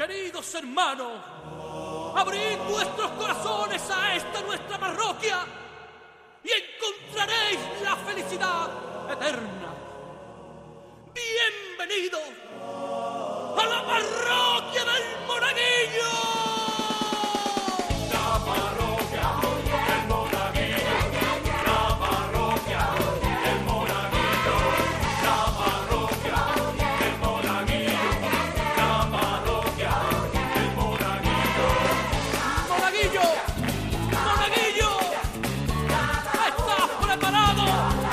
Queridos hermanos, abrid vuestros corazones a esta nuestra parroquia y encontraréis la felicidad eterna. Bienvenidos a la parroquia del Monaguillo. La parroquia del Monaguillo, la parroquia del Monaguillo, la parroquia del Monaguillo, la parroquia del Monaguillo. Monaguillo, Monaguillo, ¿estás preparado?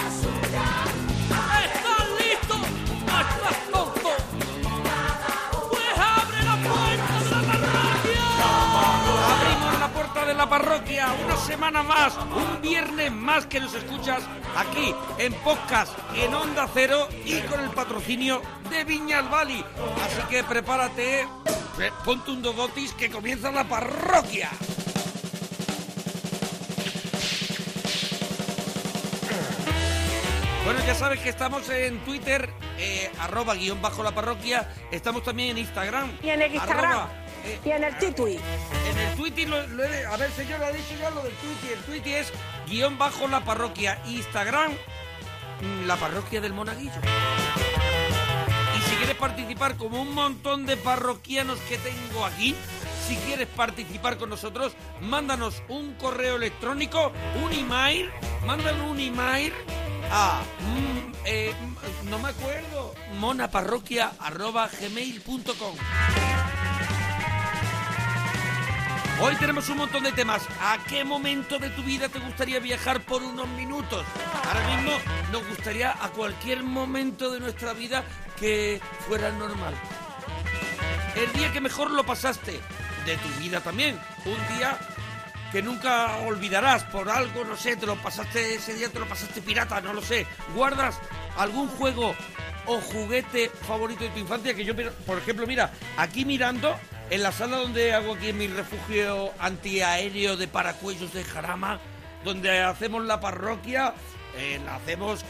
¿Estás listo? ¿No estás tonto? Pues abre la puerta de la parroquia. Abrimos la puerta de la parroquia, una semana más, un viernes más que nos escuchas aquí en podcast, en Onda Cero y con el patrocinio de Viñalbali. Así que prepárate, ponte un dodotis que comienza la parroquia. Bueno, ya sabes que estamos en Twitter, @_la parroquia. Estamos también en Instagram. Y en el Instagram. Y en el Twitter. En el Twitter, a ver, señor, ha dicho ya lo del Twitter. El Twitter es _la parroquia. Instagram, la parroquia del Monaguillo. Y si quieres participar, como un montón de parroquianos que tengo aquí, si quieres participar con nosotros, mándanos un correo electrónico, un email, mándanos un email a no me acuerdo, monaparroquia@gmail.com. Hoy tenemos un montón de temas. ¿A qué momento de tu vida te gustaría viajar por unos minutos? Ahora mismo nos gustaría a cualquier momento de nuestra vida que fuera normal. El día que mejor lo pasaste de tu vida también. Un día que nunca olvidarás por algo, no sé, ese día te lo pasaste pirata, no lo sé. ¿Guardas algún juego o juguete favorito de tu infancia? Que yo, por ejemplo, mira, aquí mirando, en la sala donde hago aquí en mi refugio antiaéreo de Paracuellos de Jarama, donde hacemos la parroquia, la hacemos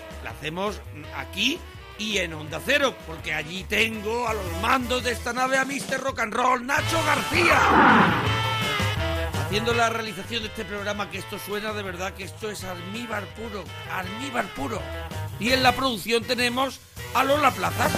aquí y en Onda Cero, porque allí tengo a los mandos de esta nave a Mr. Rock and Roll, Nacho García, haciendo la realización de este programa, que esto suena de verdad, que esto es almíbar puro, almíbar puro. Y en la producción tenemos a Lola Plaza,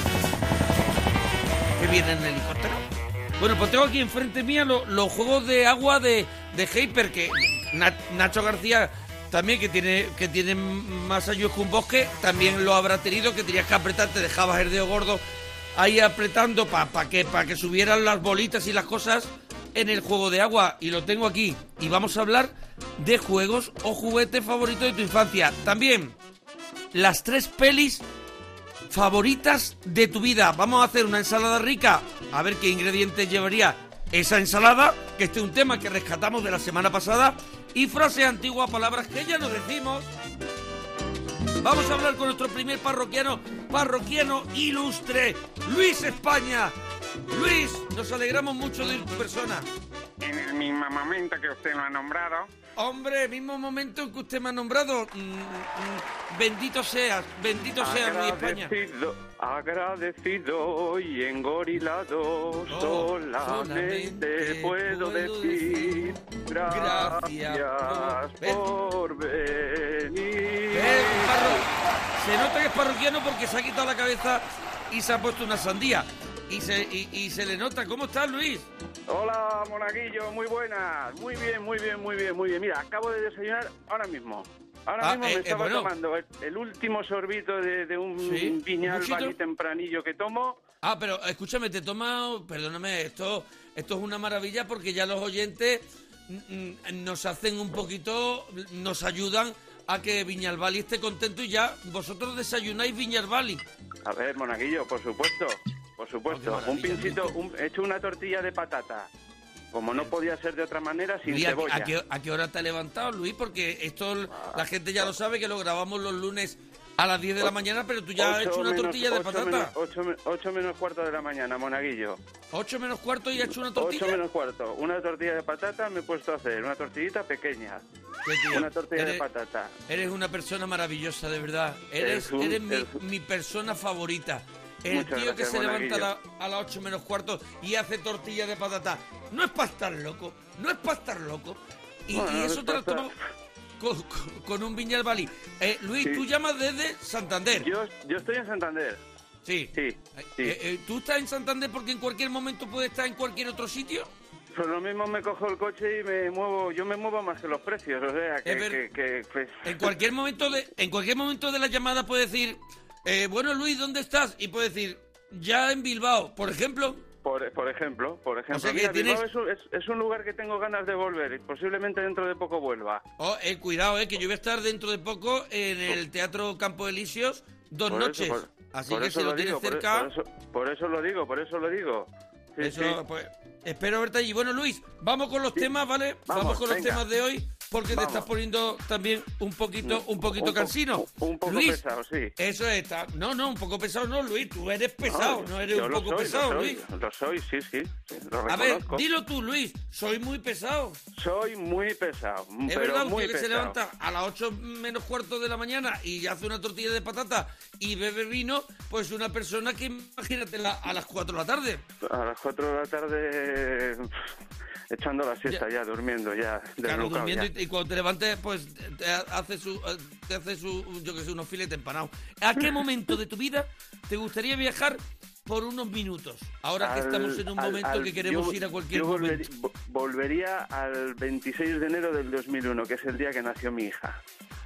que viene en helicóptero. Bueno, pues tengo aquí enfrente mía los juegos de agua de Hyper, que Nacho García también, que tiene más años que un bosque, también lo habrá tenido, que tenías que apretar, te dejabas el dedo gordo ahí apretando para que subieran las bolitas y las cosas en el juego de agua, y lo tengo aquí. Y vamos a hablar de juegos o juguetes favoritos de tu infancia. También las 3 pelis favoritas de tu vida. Vamos a hacer una ensalada rica, a ver qué ingredientes llevaría esa ensalada, que este es un tema que rescatamos de la semana pasada, y frases antiguas, palabras que ya nos decimos. Vamos a hablar con nuestro primer parroquiano ilustre, Luis España. Luis, nos alegramos mucho de tu persona. En el mismo momento que usted lo ha nombrado. Hombre, mismo momento en que usted me ha nombrado. Bendito seas, Luis España. Agradecido y engorilado, solamente puedo decir gracias por venir. Se nota que es parroquiano porque se ha quitado la cabeza y se ha puesto una sandía. Y se le nota. ¿Cómo estás, Luis? Hola, Monaguillo, muy buenas. Muy bien. Mira, acabo de desayunar ahora mismo. Me estaba tomando el último sorbito de un Viñalbali tempranillo que tomo. Ah, pero escúchame, te toma... Perdóname, esto es una maravilla, porque ya los oyentes nos hacen un poquito... Nos ayudan a que Viñalbali esté contento, y ya vosotros desayunáis Viñalbali. A ver, Monaguillo, por supuesto. Un pinchito, he hecho una tortilla de patata, como no podía ser de otra manera, sin cebolla. ¿A qué hora te has levantado, Luis? Porque esto la gente ya lo sabe, que lo grabamos los lunes a las 10 de la mañana, pero tú ya has hecho una tortilla de patata. 8 menos cuarto de la mañana, Monaguillo. 8 menos cuarto y has hecho una tortilla. 8 menos cuarto, una tortilla de patata me he puesto a hacer, una tortillita pequeña. Una tortilla de patata. Eres una persona maravillosa, de verdad. Eres mi persona favorita. El tío que se levanta a las 8 menos cuarto y hace tortillas de patata. No es para estar loco, no es para estar loco. Y eso te lo tomas con un Viñalbali. Luis, tú llamas desde Santander. Yo estoy en Santander. Sí. ¿Tú estás en Santander porque en cualquier momento puedes estar en cualquier otro sitio? Pues lo mismo me cojo el coche y me muevo más que los precios, o sea, pues... En cualquier momento de la llamada puedes decir, bueno, Luis, ¿dónde estás? Y puedes decir, ya en Bilbao, por ejemplo. Por ejemplo. O sea, mira, tienes... Bilbao es un lugar que tengo ganas de volver y posiblemente dentro de poco vuelva. Cuidado, que yo voy a estar dentro de poco en el Teatro Campo Elíseos 2 noches. Así que si lo tienes cerca... Por eso lo digo. Sí, eso, sí. Pues, espero verte allí. Bueno, Luis, vamos con los temas, ¿vale? Vamos con los temas de hoy, porque te estás poniendo también un poquito cansino. Un poco Luis, pesado, sí. Eso está. No, un poco pesado no, Luis. Tú eres pesado, no eres un poco pesado, Luis. Lo soy, sí. Lo reconozco. A ver, dilo tú, Luis. Soy muy pesado. Soy muy pesado. Es verdad, un tío que se levanta a las 8 menos cuarto de la mañana y hace una tortilla de patata y bebe vino, pues una persona que, imagínatela, a las 4 de la tarde. A las 4 de la tarde... echando la siesta ya durmiendo ya. Claro, durmiendo ya. Y cuando te levantes, pues te hace su yo que sé, unos filetes empanados. ¿A qué momento de tu vida te gustaría viajar por unos minutos? Ahora que estamos en un momento que queremos ir a cualquier momento. Volvería al 26 de enero del 2001, que es el día que nació mi hija.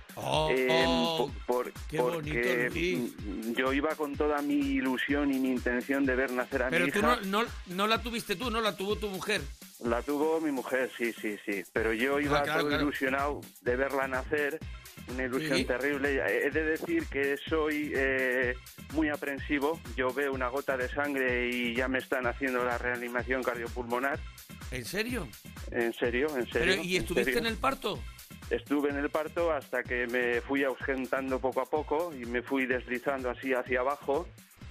Qué bonito, porque yo iba con toda mi ilusión y mi intención de ver nacer a mi hija. Pero tú no la tuviste tú, ¿no? La tuvo tu mujer. La tuvo mi mujer, sí. Pero yo iba todo ilusionado de verla nacer, una ilusión terrible. He de decir que soy muy aprensivo. Yo veo una gota de sangre y ya me están haciendo la reanimación cardiopulmonar. ¿En serio? En serio. Pero, ¿y estuviste en el parto? Estuve en el parto hasta que me fui ausentando poco a poco y me fui deslizando así hacia abajo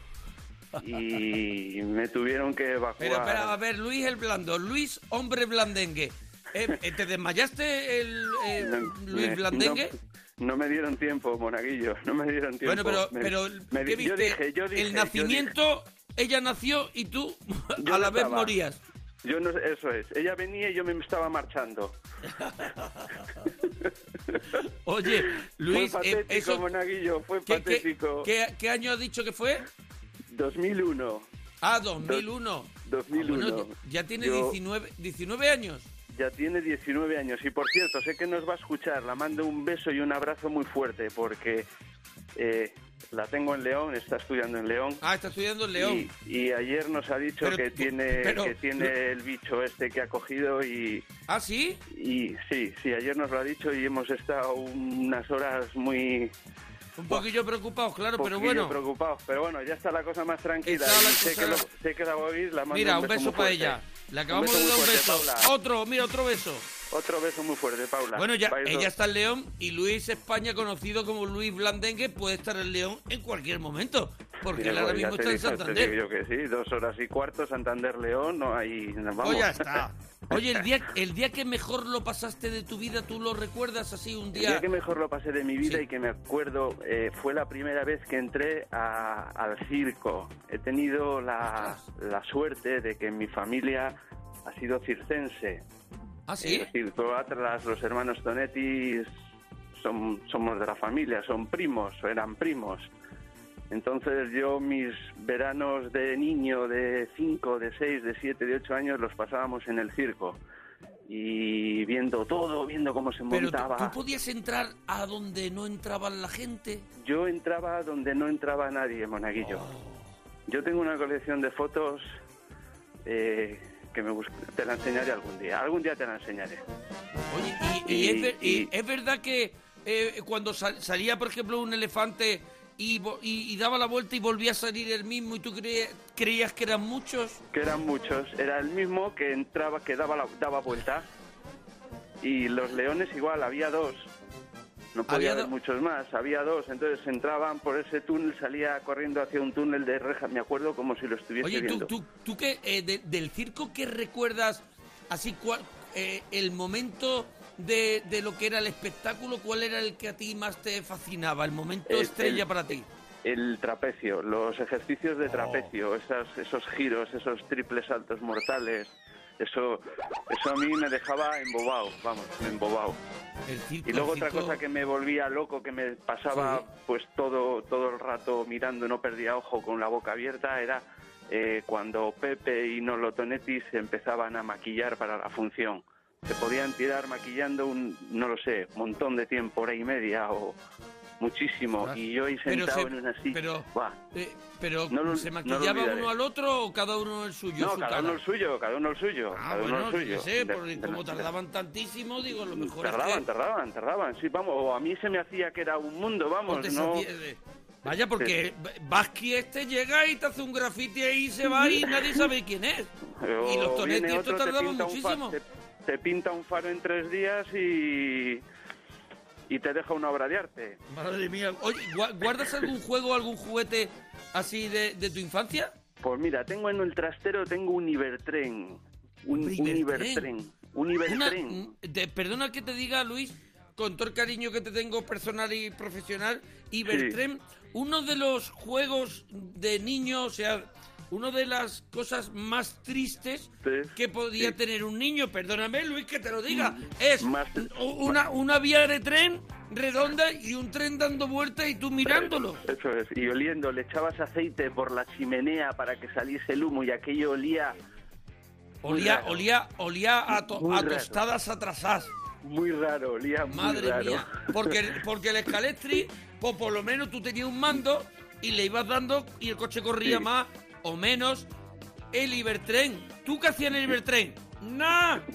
y me tuvieron que evacuar. Pero, a ver, Luis el Blando, Luis hombre blandengue. ¿Te desmayaste Luis Blandengue? No me dieron tiempo, monaguillo, no me dieron tiempo. Bueno, pero ¿qué viste? Yo dije, el nacimiento, ella nació y tú a la vez morías. Yo no, eso es. Ella venía y yo me estaba marchando. Oye, Luis, fue patético, monaguillo, fue patético. ¿Qué año has dicho que fue? 2001. 2001. 2001. Bueno, ya tiene 19 años. Ya tiene 19 años. Y por cierto, sé que nos va a escuchar. La mando un beso y un abrazo muy fuerte porque la tengo en León, está estudiando en León. Está estudiando en León. Y ayer nos ha dicho que tiene el bicho este que ha cogido y... ¿Ah, sí? Y sí, ayer nos lo ha dicho y hemos estado unas horas muy... Un poquillo preocupados, claro, pero bueno. Preocupados, pero bueno, ya está la cosa más tranquila. Sé que la voy a oír, la mando. Mira, un beso para ella. Le acabamos de dar un beso. Paula. Otro beso. Otro beso muy fuerte, Paula. Bueno, ella está en León y Luis España, conocido como Luis Blandengue, puede estar en León en cualquier momento. Porque él ahora mismo está en Santander. Yo que sí, 2 horas y cuarto, Santander, León, no hay... Vamos. Pues ya está. Oye, el día que mejor lo pasaste de tu vida, ¿tú lo recuerdas así un día? El día que mejor lo pasé de mi vida y que me acuerdo fue la primera vez que entré al circo. He tenido la suerte de que mi familia ha sido circense. ¿Ah, sí? Es decir, todos los hermanos Tonetti somos de la familia, eran primos. Entonces yo mis veranos de niño de 5, de 6, de 7, de 8 años los pasábamos en el circo. Y viendo todo, viendo cómo se montaba. ¿Pero tú podías entrar a donde no entraba la gente? Yo entraba a donde no entraba nadie, monaguillo. Yo tengo una colección de fotos que te la enseñaré algún día te la enseñaré. Oye, y es verdad que cuando salía, por ejemplo, un elefante y daba la vuelta y volvía a salir el mismo y tú creías que eran muchos? Que eran muchos, era el mismo que entraba, que daba vuelta. Y los leones igual, había 2. No podía haber muchos más, había 2, entonces entraban por ese túnel, salía corriendo hacia un túnel de rejas, me acuerdo como si lo estuviese viendo. Oye, ¿tú qué, del circo, qué recuerdas, así, el momento de lo que era el espectáculo, cuál era el que a ti más te fascinaba, el momento estrella para ti? El trapecio, los ejercicios de trapecio, esos giros, esos triples saltos mortales, eso a mí me dejaba embobado, embobado. Y luego otra cosa que me volvía loco, que me pasaba pues todo el rato mirando, no perdía ojo, con la boca abierta, era cuando Pepe y Nolo Tonetti se empezaban a maquillar para la función. Se podían tirar maquillando no lo sé, montón de tiempo, hora y media o muchísimo, y yo ahí sentado en una silla. Pero ¿se maquillaba uno al otro o cada uno el suyo? No, cada uno el suyo. Porque como tardaban tantísimo, digo, lo mejor tardaban, sí, vamos, o a mí se me hacía que era un mundo, vamos, no... Vaya, porque Basqui llega y te hace un grafiti ahí y se va y nadie sabe quién es. Y los Tonetti esto tardaban muchísimo. Te pinta un faro en 3 días y te deja una obra de arte. Madre mía. Oye, ¿guardas algún juego, algún juguete así de tu infancia? Pues mira, tengo en el trastero, tengo un Ibertren. Un Ibertren. Perdona que te diga, Luis, con todo el cariño que te tengo personal y profesional, Ibertren, uno de los juegos de niño, o sea, una de las cosas más tristes que podía tener un niño, perdóname, Luis, que te lo diga, es una vía de tren redonda y un tren dando vueltas y tú mirándolo. Eso es, y oliendo, le echabas aceite por la chimenea para que saliese el humo y aquello olía a tostadas atrasadas. Muy raro, olía muy Madre raro. Mía, porque el Scalestri, pues por lo menos tú tenías un mando y le ibas dando y el coche corría más o menos. El Ibertren, ¿tú qué hacías en el Ibertren? Nada.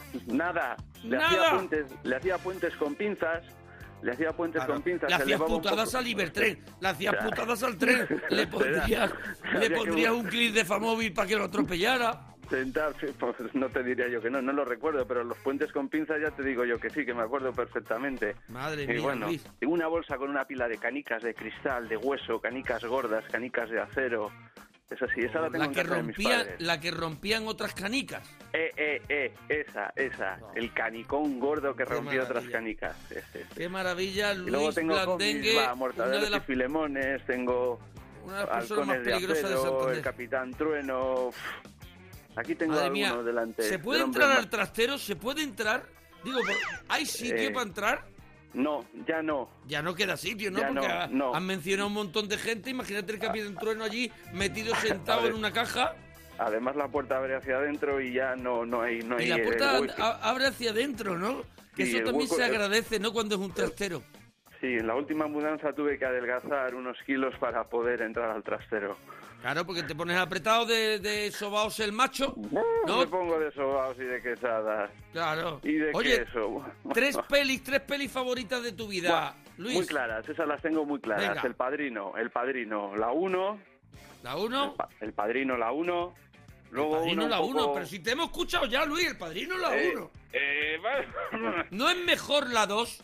Le hacía puentes con pinzas. Le hacías putadas al Ibertren, le hacías putadas al tren, le pondrías un clip de Famóvil para que lo atropellara. Pues no te diría yo que no lo recuerdo, pero los puentes con pinzas ya te digo yo que sí, que me acuerdo perfectamente. Madre mía, bueno, Luis. Tengo una bolsa con una pila de canicas de cristal, de hueso, canicas gordas, canicas de acero. Esa sí, esa la tengo en casa de mis padres. La que rompían otras canicas. Esa. No. El canicón gordo que rompía otras canicas. Qué maravilla, Luis. Y luego tengo Blandengue, mortadelos y filemones, tengo halcones de acero, el Capitán Trueno. Aquí tengo alguno delante. ¿Se puede entrar al trastero? ¿Se puede entrar? Digo, ¿hay sitio para entrar? No, ya no. Ya no queda sitio, ¿no? Porque han mencionado un montón de gente. Imagínate el Capitán Trueno allí metido sentado en una caja. Además la puerta abre hacia adentro y ya no hay. Y la puerta abre hacia adentro, ¿no? Que sí, eso también se agradece, ¿no? Cuando es un trastero. Sí, en la última mudanza tuve que adelgazar unos kilos para poder entrar al trastero. Claro, porque te pones apretado de sobaos el macho, ¿no? Me pongo de sobaos y de quesadas. Claro. Y de queso. Tres pelis favoritas de tu vida, Luis. Muy claras, esas las tengo muy claras. Venga. El Padrino, la 1. ¿La 1? El Padrino, la 1. Luego el Padrino, la 1, pero si te hemos escuchado ya, Luis, el Padrino, la 1. ¿No es mejor la 2?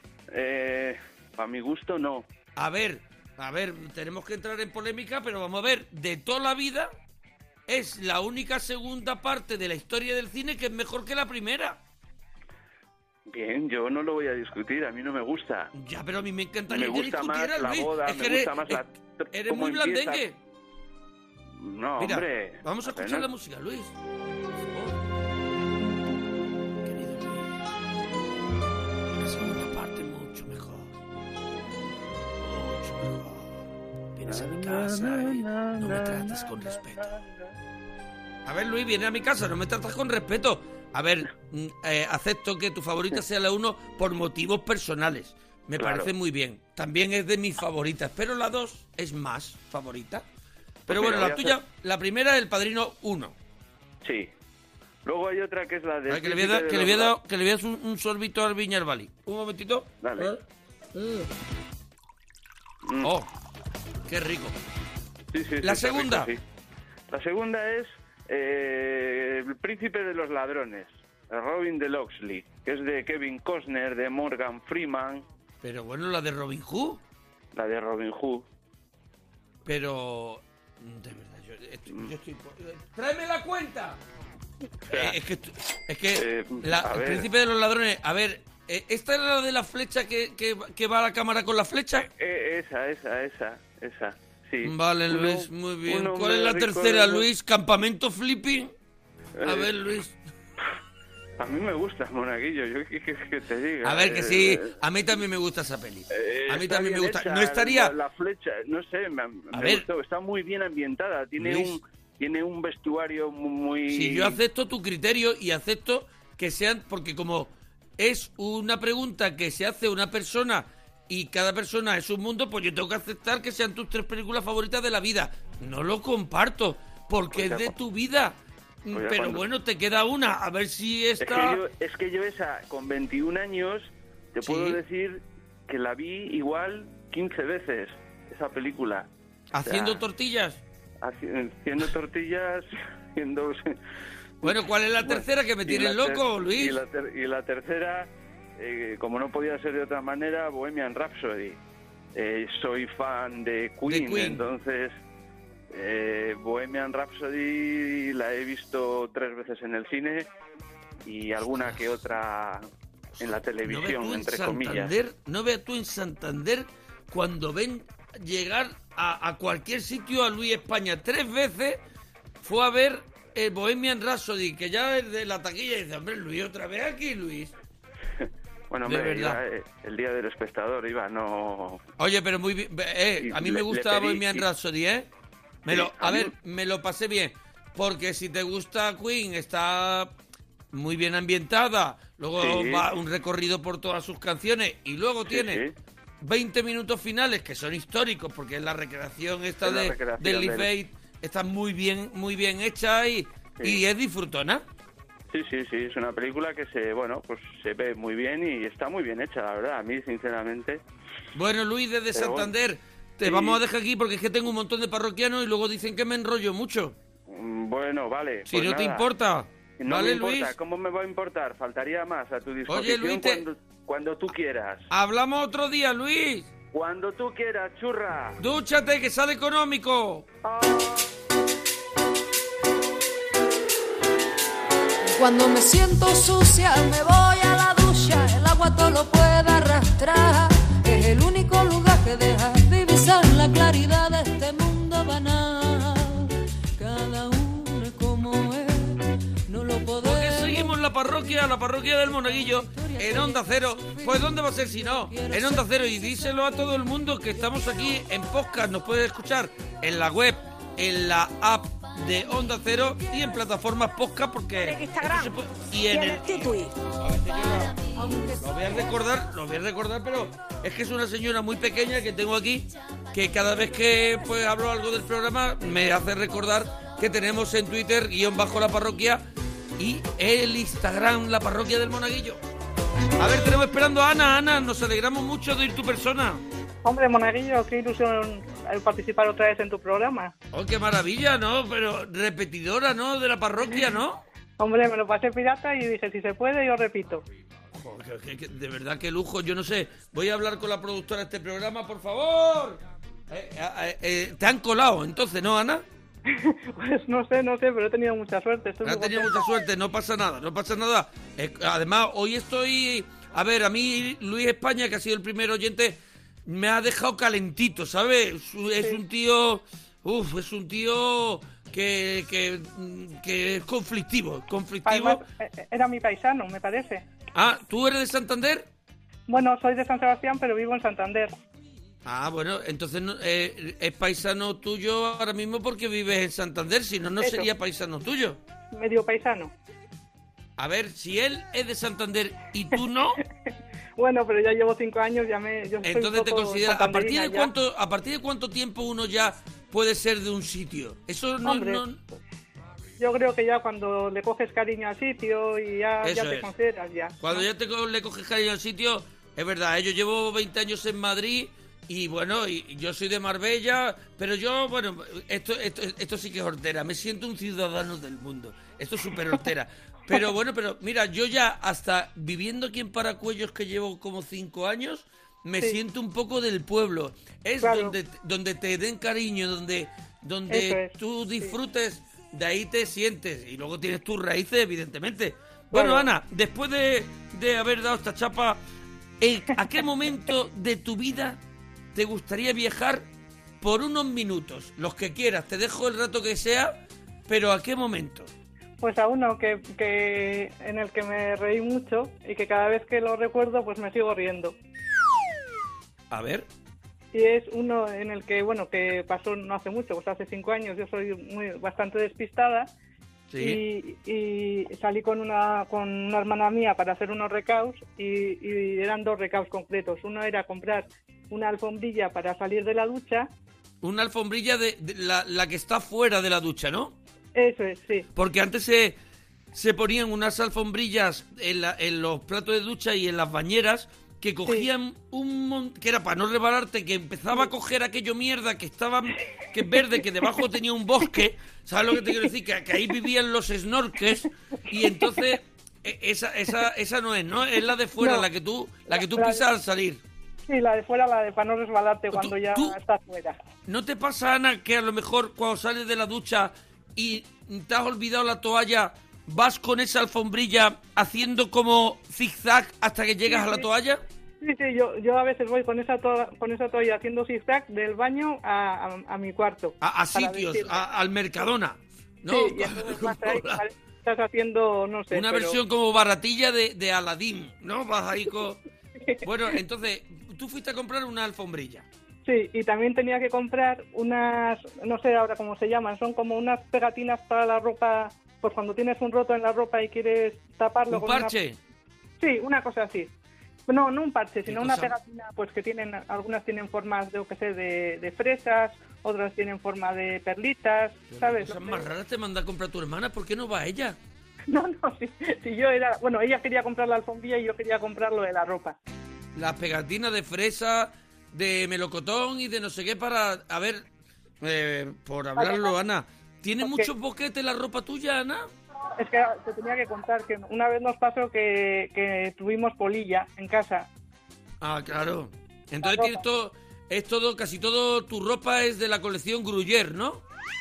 A mi gusto, no. A ver, tenemos que entrar en polémica, pero vamos a ver, de toda la vida es la única segunda parte de la historia del cine que es mejor que la primera. Bien, yo no lo voy a discutir, a mí no me gusta. Ya, pero a mí me encantaría que discutieras, Luis. Eres muy blandengue. No, mira, hombre. Vamos a escuchar la música, Luis. Vienes a mi casa y no me tratas con respeto. A ver, Luis, viene a mi casa, no me tratas con respeto. A ver, acepto que tu favorita sea la 1 por motivos personales. Me parece muy bien. También es de mis favoritas, pero la 2 es más favorita. Pero bueno, la tuya, la primera es El Padrino 1. Sí. Luego hay otra que es la de... Que le voy a dar un sorbito al Viñalbali. Un momentito. Dale. Oh, qué rico. Sí, la segunda. Rico, sí. La segunda es El Príncipe de los Ladrones, Robin de Locksley, que es de Kevin Costner, de Morgan Freeman. Pero bueno, la de Robin Hood. La de Robin Hood. Pero... De verdad, yo estoy... ¡Tráeme la cuenta! Es que El Príncipe de los Ladrones... A ver, ¿esta es la de la flecha que va a la cámara con la flecha? Esa. sí. Vale, Luis, muy bien. ¿Cuál es la tercera, Luis? ¿Campamento Flipping? A ver, Luis. A mí me gusta, Monaguillo, yo qué te diga. A ver, que sí, a mí también me gusta esa peli. A mí también me gusta. Hecha, No estaría... La flecha, no sé, me gustó, está muy bien ambientada, tiene un vestuario muy... Sí, yo acepto tu criterio y acepto que sean, porque como es una pregunta que se hace una persona y cada persona es un mundo, pues yo tengo que aceptar que sean tus 3 películas favoritas de la vida. No lo comparto, porque es de tu vida. Pero bueno, te queda una, a ver si esta... Es que yo esa, con 21 años, te puedo decir que la vi igual 15 veces, esa película. ¿Haciendo tortillas? Haciendo tortillas, haciendo... Bueno, ¿cuál es la tercera que me tienes loco, Luis? Y la tercera, como no podía ser de otra manera, Bohemian Rhapsody. Soy fan de Queen. Entonces... Bohemian Rhapsody la he visto 3 veces en el cine y alguna que otra en la televisión, entre comillas. ¿No veas tú en Santander cuando ven llegar a cualquier sitio a Luis España 3 veces? Fue a ver Bohemian Rhapsody, que ya es de la taquilla, y dice, hombre, Luis, otra vez aquí, Luis. Bueno, hombre, iba, el día del espectador iba, no... Oye, pero muy bien, a mí me gusta Bohemian Rhapsody, ¿eh? Me lo pasé bien, porque si te gusta Queen, está muy bien ambientada, luego va un recorrido por todas sus canciones y luego tiene 20 minutos finales que son históricos, porque es la recreación esta de Live Aid, está muy bien hecha y es disfrutona. Sí, es una película que se ve muy bien y está muy bien hecha, la verdad, a mí sinceramente. Bueno, Luis, desde Santander... Te vamos a dejar aquí porque es que tengo un montón de parroquianos y luego dicen que me enrollo mucho. Bueno, vale. Si pues no te importa. No ¿Vale, me importa. Luis? ¿Cómo me va a importar? Faltaría más a tu disposición. Oye, Luis, cuando tú quieras. Hablamos otro día, Luis. Cuando tú quieras, churra. Dúchate, que sale económico. Cuando me siento sucia me voy a la ducha, el agua todo lo puede arrastrar. Es el único lugar que deja divisar la claridad de este mundo banal. Cada uno es como es, no lo podemos. Porque seguimos la parroquia del Monaguillo, en Onda Cero. Pues ¿dónde va a ser si no? En Onda Cero. Y díselo a todo el mundo que estamos aquí en podcast. Nos puedes escuchar en la web, en la app de Onda Cero y en plataformas podcast, porque en Instagram y en el Titui. Lo voy a recordar, pero es que es una señora muy pequeña que tengo aquí, que cada vez que pues hablo algo del programa me hace recordar que tenemos en Twitter _la parroquia y el Instagram la parroquia del Monaguillo. A ver, tenemos esperando a Ana. Ana, nos alegramos mucho de ir tu persona. Hombre, Monaguillo, qué ilusión participar otra vez en tu programa. Oh, qué maravilla, ¿no? Pero repetidora, ¿no? De la parroquia, ¿no? Hombre, me lo pasé pirata y dije, si se puede, yo repito. Joder, de verdad, qué lujo. Yo no sé, voy a hablar con la productora de este programa, por favor. Te han colado, entonces, ¿no, Ana? Pues no sé, pero he tenido mucha suerte. Has tenido mucha suerte, no pasa nada. Además, hoy estoy... A ver, a mí, Luis España, que ha sido el primer oyente, me ha dejado calentito, ¿sabes? Es un tío... es un tío que es conflictivo. Además, era mi paisano, me parece. Ah, ¿tú eres de Santander? Bueno, soy de San Sebastián, pero vivo en Santander. Ah, bueno, entonces es paisano tuyo ahora mismo porque vives en Santander, si no, no sería paisano tuyo. Medio paisano. A ver, si él es de Santander y tú no... Bueno, pero ya llevo 5 años, yo soy entonces te consideras... ¿A partir de cuánto tiempo uno ya puede ser de un sitio? Eso no... Hombre, yo creo que ya cuando le coges cariño al sitio y ya te consideras ya. Cuando ya le coges cariño al sitio, es verdad, yo llevo 20 años en Madrid... Y bueno, y yo soy de Marbella, pero yo, bueno, esto sí que es hortera. Me siento un ciudadano del mundo. Esto es súper hortera. Pero bueno, pero mira, yo ya hasta viviendo aquí en Paracuellos, que llevo como 5 años, me siento un poco del pueblo. Es claro. donde te den cariño, donde tú disfrutes, de ahí te sientes. Y luego tienes tus raíces, evidentemente. Bueno, Ana, después de haber dado esta chapa, ¿a qué momento de tu vida te gustaría viajar por unos minutos, los que quieras, te dejo el rato que sea, pero ¿a qué momento? Pues a uno que en el que me reí mucho y que cada vez que lo recuerdo pues me sigo riendo. A ver. Y es uno en el que, bueno, que pasó no hace mucho, pues hace 5 años. Yo soy bastante despistada. Sí. Y salí con una hermana mía para hacer unos recaos y eran 2 recaos completos. Uno era comprar una alfombrilla para salir de la ducha. Una alfombrilla de la que está fuera de la ducha, ¿no? Eso es, sí. Porque antes se ponían unas alfombrillas en los platos de ducha y en las bañeras que cogían que era para no rebalarte, que empezaba a coger aquello mierda que es verde, que debajo tenía un bosque, ¿sabes lo que te quiero decir? Que ahí vivían los snorkels y entonces esa no es, ¿no? Es la de fuera, no, la que tú pisas al salir. Sí, la de fuera, la de para no resbalarte cuando ya estás fuera. ¿No te pasa, Ana, que a lo mejor cuando sales de la ducha y te has olvidado la toalla, vas con esa alfombrilla haciendo como zigzag hasta que llegas a la toalla? Sí, yo a veces voy con esa toalla haciendo zigzag del baño a mi cuarto. A sitios, al Mercadona, ¿no? Sí, y entonces vas ahí, estás haciendo, no sé. Una versión como baratilla de Aladín, ¿no? Vas ahí con... Bueno, entonces, tú fuiste a comprar una alfombrilla. Sí, y también tenía que comprar unas, no sé ahora cómo se llaman, son como unas pegatinas para la ropa, pues cuando tienes un roto en la ropa y quieres taparlo. ¿Un parche? Sí, una cosa así. No un parche, sino una pegatina, pues que algunas tienen formas de fresas, otras tienen forma de perlitas, pero ¿sabes? Cosas más raras te manda a comprar tu hermana, ¿por qué no va ella? No, si yo era... Bueno, ella quería comprar la alfombrilla y yo quería comprar lo de la ropa. Las pegatinas de fresa, de melocotón y de no sé qué para... A ver, por hablarlo, Ana, ¿tiene muchos boquetes la ropa tuya, Ana? Es que te tenía que contar que una vez nos pasó que tuvimos polilla en casa. Ah, claro. Entonces tienes casi todo tu ropa es de la colección Gruyère, ¿no?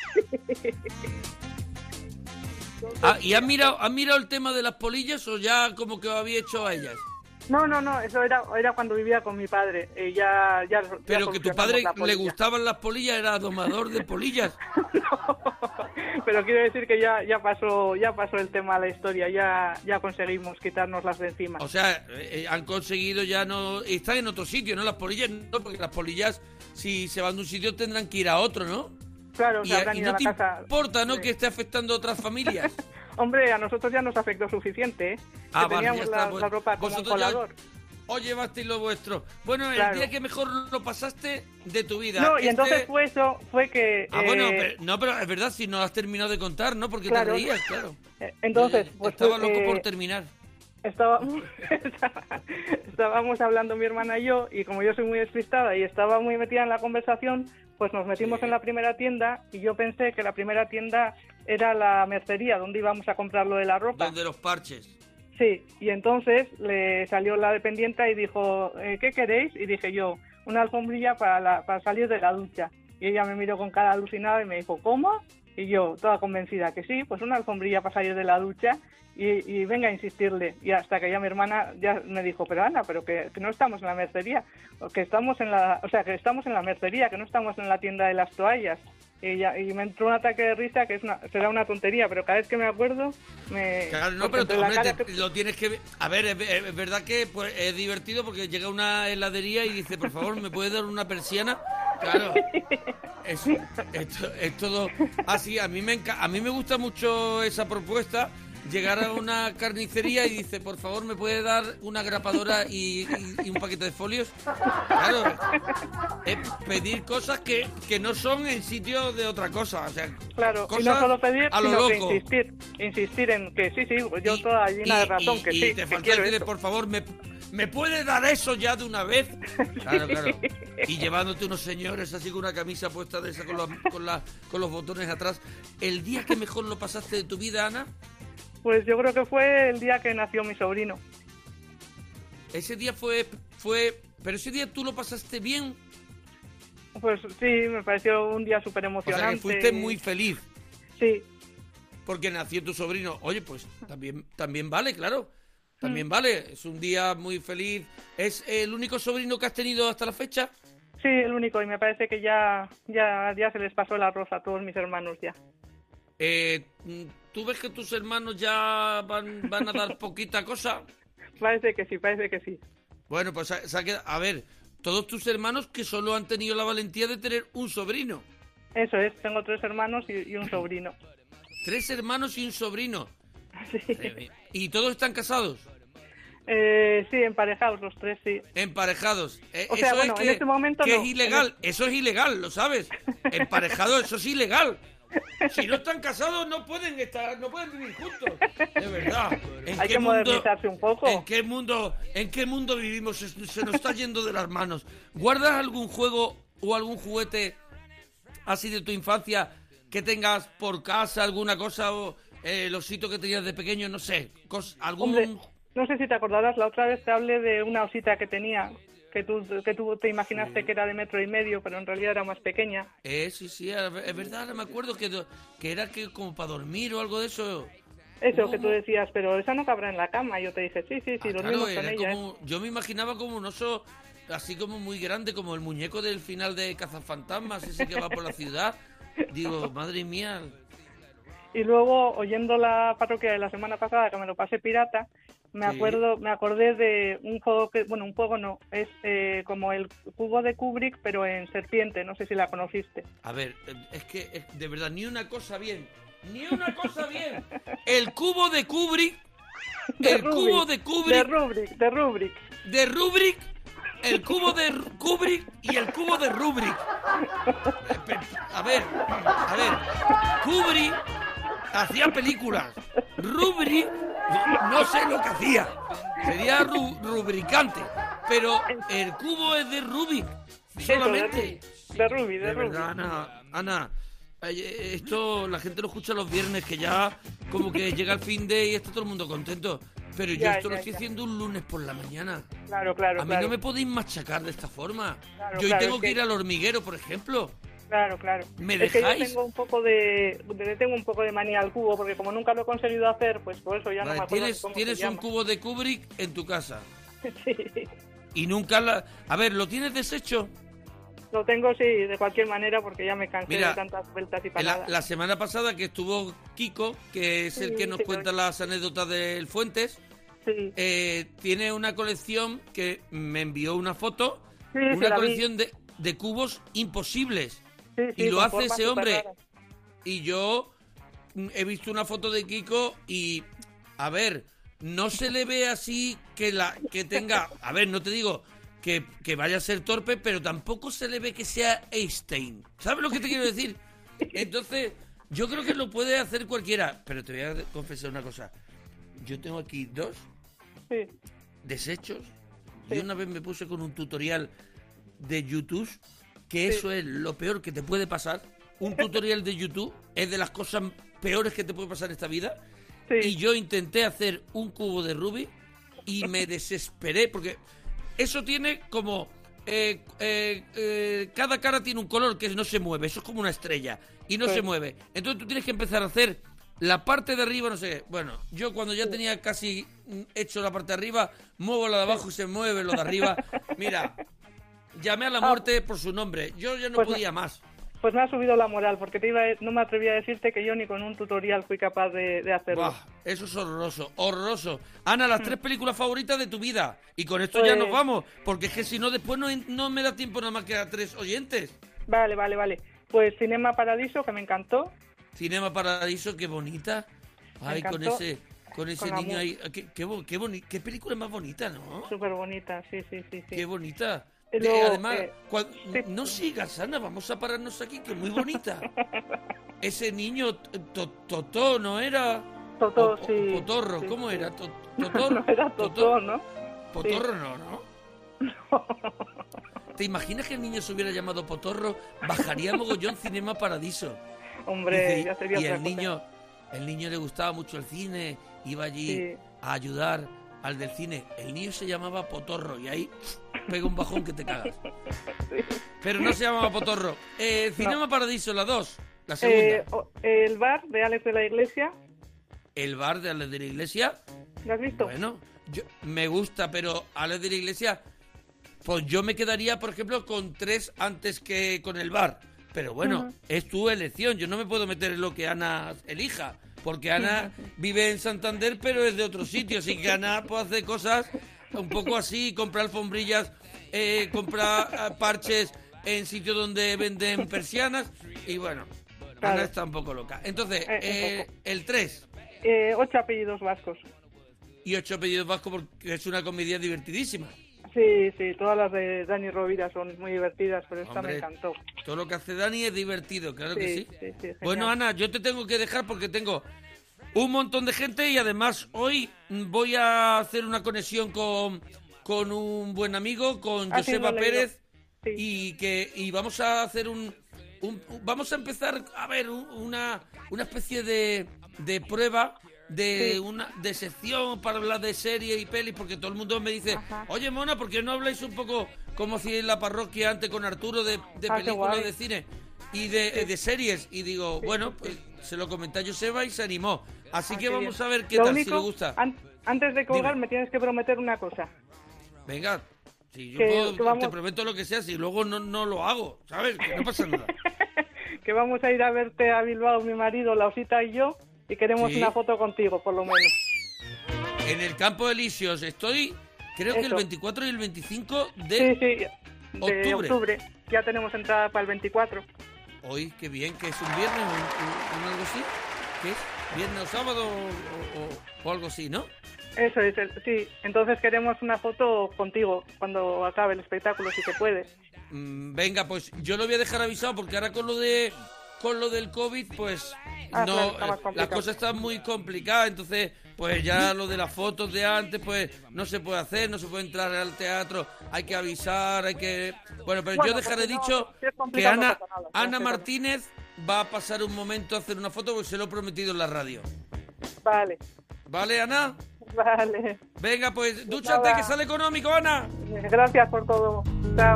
¿Y has mirado el tema de las polillas o ya como que lo había hecho a ellas? No, eso era cuando vivía con mi padre. Pero que tu padre le gustaban las polillas, era domador de polillas. No, pero quiero decir que ya pasó el tema a la historia, ya conseguimos quitárnoslas de encima. O sea, han conseguido ya no... Están en otro sitio, ¿no? Las polillas no, porque las polillas, si se van de un sitio, tendrán que ir a otro, ¿no? Claro, se habrán y ido no a la te casa. importa, ¿no? Que esté afectando a otras familias. Hombre, a nosotros ya nos afectó suficiente, ¿eh? Que teníamos la ropa como un colador. Os llevasteis lo vuestro. Bueno, el día que mejor lo pasaste de tu vida. No, y entonces fue que... bueno, pero es verdad, si no has terminado de contar, ¿no? Porque te reías, claro. Entonces, pues... Estaba loco por terminar. Estábamos hablando mi hermana y yo, y como yo soy muy despistada y estaba muy metida en la conversación, pues nos metimos en la primera tienda y yo pensé que la primera tienda era la mercería, donde íbamos a comprar lo de la ropa. Donde los parches. Sí, y entonces le salió la dependienta y dijo, ¿qué queréis? Y dije yo, una alfombrilla para salir de la ducha. Y ella me miró con cara alucinada y me dijo, ¿cómo? Y yo, toda convencida que sí, pues una alfombrilla para salir de la ducha y venga a insistirle. Y hasta que ya mi hermana ya me dijo, pero Ana, pero que no estamos en la mercería, que estamos en la mercería, que no estamos en la tienda de las toallas. Y me entró un ataque de risa que será una tontería, pero cada vez que me acuerdo Claro, no, pero lo tienes que ver. A ver, es verdad que pues, es divertido porque llega a una heladería y dice, por favor, ¿me puedes dar una persiana? Claro, es todo así. A mí me gusta mucho esa propuesta. Llegar a una carnicería y dice, por favor, ¿me puede dar una grapadora y un paquete de folios? Claro, es pedir cosas que no son en sitio de otra cosa. O sea, claro, cosas y no solo pedir, a lo sino loco. Que insistir en que sí, yo toda llena de razón, que sí, y te que falta quiero decirle, esto. por favor, ¿me puede dar eso ya de una vez? Claro. Y llevándote unos señores así con una camisa puesta de esa con los botones atrás. ¿El día que mejor lo pasaste de tu vida, Ana? Pues yo creo que fue el día que nació mi sobrino. Ese día fue... ¿Pero ese día tú lo pasaste bien? Pues sí, me pareció un día súper emocionante. O sea, que fuiste muy feliz. Sí. Porque nació tu sobrino. Oye, pues también vale, claro. También vale. Es un día muy feliz. ¿Es el único sobrino que has tenido hasta la fecha? Sí, el único, y me parece que ya se les pasó el arroz a todos mis hermanos ya. ¿Tú ves que tus hermanos ya van a dar poquita cosa? Parece que sí. Bueno, pues a ver, todos tus hermanos que solo han tenido la valentía de tener un sobrino. Eso es, tengo 3 hermanos y un sobrino. 3 hermanos y un sobrino. Sí. ¿Y todos están casados? Sí, emparejados los 3, sí. Emparejados. O sea, eso bueno, es que, en este momento que no. es ilegal. Eso es ilegal, lo sabes. Emparejados, eso es ilegal. Si no están casados no pueden vivir juntos. De verdad. Hay que modernizarse un poco. ¿En qué mundo vivimos? Se nos está yendo de las manos. ¿Guardas algún juego o algún juguete así de tu infancia que tengas por casa, alguna cosa o los sitios que tenías de pequeño, no sé, algún... Hombre, no sé si te acordarás, la otra vez te hablé de una osita que tenía, que tú te imaginaste que era de 1,5 metros, pero en realidad era más pequeña. Sí, es verdad, ahora me acuerdo que era como para dormir o algo de eso. Eso, que tú decías, pero esa no cabrá en la cama. Y yo te dije, sí, dormimos claro, con ella. Yo me imaginaba como un oso así como muy grande, como el muñeco del final de Cazafantasmas, ese que va por la ciudad. Digo, madre mía. Y luego, oyendo la parroquia de la semana pasada, que me lo pasé pirata, me acordé de un juego un juego no, es como el cubo de Kubrick, pero en serpiente, no sé si la conociste. A ver, es que de verdad, ni una cosa bien. El cubo de Kubrick, De Rubik, el cubo de Kubrick y el cubo de Rubik. A ver, Kubrick hacía películas. Rubik no sé lo que hacía. Sería rubricante. Pero el cubo es de Rubik. Solamente. De Rubik. De verdad, Ana, esto la gente lo escucha los viernes, que ya como que llega el fin de y está todo el mundo contento. Pero yo esto lo estoy haciendo un lunes por la mañana. Claro. A mí no me podéis machacar de esta forma. Claro, yo hoy tengo que ir al hormiguero, por ejemplo. Claro. ¿Me dejáis? Es que yo tengo un poco de manía al cubo, porque como nunca lo he conseguido hacer, pues por eso ya no me acuerdo cómo ¿Tienes se un llama. cubo de Kubrick en tu casa? Sí. Y nunca A ver, ¿lo tienes deshecho? Lo tengo, sí, de cualquier manera, porque ya me cansé de tantas vueltas y paradas. La semana pasada que estuvo Kiko, que es el que nos cuenta las anécdotas del Fuentes, tiene una colección que me envió una foto, una colección de cubos imposibles. Y lo hace ese hombre. Y yo he visto una foto de Kiko y, a ver, no se le ve así que tenga... A ver, no te digo que vaya a ser torpe, pero tampoco se le ve que sea Einstein. ¿Sabes lo que te quiero decir? Entonces, yo creo que lo puede hacer cualquiera. Pero te voy a confesar una cosa. Yo tengo aquí 2 desechos. Y una vez me puse con un tutorial de YouTube, que eso es lo peor que te puede pasar. Un tutorial de YouTube es de las cosas peores que te puede pasar en esta vida. Y yo intenté hacer un cubo de Rubik y me desesperé, porque eso tiene como... cada cara tiene un color que no se mueve. Eso es como una estrella y no se mueve. Entonces tú tienes que empezar a hacer la parte de arriba, no sé qué. Bueno, yo cuando ya tenía casi hecho la parte de arriba, muevo la de abajo y se mueve lo de arriba. Mira, llamé a la muerte por su nombre. Yo ya no podía más. Pues me ha subido la moral, porque no me atreví a decirte que yo ni con un tutorial fui capaz de hacerlo. Bah, eso es horroroso. Ana, las 3 películas favoritas de tu vida. Y con esto ya nos vamos, porque es que si no, después no me da tiempo nada más que a 3 oyentes. Vale. Pues Cinema Paradiso, que me encantó. Cinema Paradiso, qué bonita. Ay, con ese niño ahí. Qué película más bonita, ¿no? Súper bonita, sí. Qué bonita. Luego, además, no sigas, Ana, vamos a pararnos aquí, que es muy bonita. Ese niño, Totó, ¿no era? Totó, sí. Potorro, sí, ¿cómo era? No era Totó, ¿no? Potorro no. ¿Te imaginas que el niño se hubiera llamado Potorro? Bajaría mogollón Cinema Paradiso. Hombre, ya sería otra cosa. El niño le gustaba mucho el cine, iba allí a ayudar al del cine. El niño se llamaba Potorro y ahí pega un bajón que te cagas. Pero no se llamaba Potorro. Cinema Paradiso, la 2, la segunda. El bar de Alex de la Iglesia. ¿El bar de Alex de la Iglesia? ¿Lo has visto? Bueno, me gusta, pero Alex de la Iglesia pues yo me quedaría, por ejemplo, con 3 antes que con el bar. Pero bueno, es tu elección. Yo no me puedo meter en lo que Ana elija. Porque Ana vive en Santander, pero es de otro sitio. Así que Ana puede hacer cosas un poco así, comprar alfombrillas, comprar parches en sitios donde venden persianas. Y bueno, claro. Ana está un poco loca. Entonces, el 3. 8 apellidos vascos. Y 8 apellidos vascos porque es una comedia divertidísima. Sí, todas las de Dani Rovira son muy divertidas, pero esta me encantó. Todo lo que hace Dani es divertido, claro que sí. Sí, bueno, Ana, yo te tengo que dejar porque tengo un montón de gente y además hoy voy a hacer una conexión con un buen amigo, con Joseba Pérez, y vamos a hacer vamos a empezar a ver una especie de prueba de sección para hablar de series y pelis, porque todo el mundo me dice, oye, Mona, ¿por qué no habláis un poco como hacíais en la parroquia antes con Arturo de películas, de cine y de series? Y digo, bueno, pues se lo comenté a Joseba y se animó. Así que vamos a ver qué tal, si le gusta. Antes de colgar, me tienes que prometer una cosa. Venga, si yo te prometo lo que sea, si luego no lo hago, ¿sabes? Que no pasa nada. Que vamos a ir a verte a Bilbao, mi marido, la Osita y yo, y queremos una foto contigo, por lo menos. En el Campo Elíseos estoy, creo que el 24 y el 25 de octubre. Ya tenemos entrada para el 24. Hoy, qué bien, que es un viernes o algo así. ¿Qué es? ¿Viernes o sábado o algo así, no? Eso es, sí. Entonces queremos una foto contigo cuando acabe el espectáculo, si se puede. Venga, pues yo lo voy a dejar avisado porque ahora con lo del COVID, pues las cosas están muy complicadas, entonces pues ya lo de las fotos de antes, pues no se puede hacer, no se puede entrar al teatro, hay que avisar, Bueno, pero yo dejaré dicho que Ana Martínez va a pasar un momento a hacer una foto porque se lo he prometido en la radio. Vale. ¿Vale, Ana? Vale. Venga, pues dúchate, que sale económico, Ana. Gracias por todo. Chao.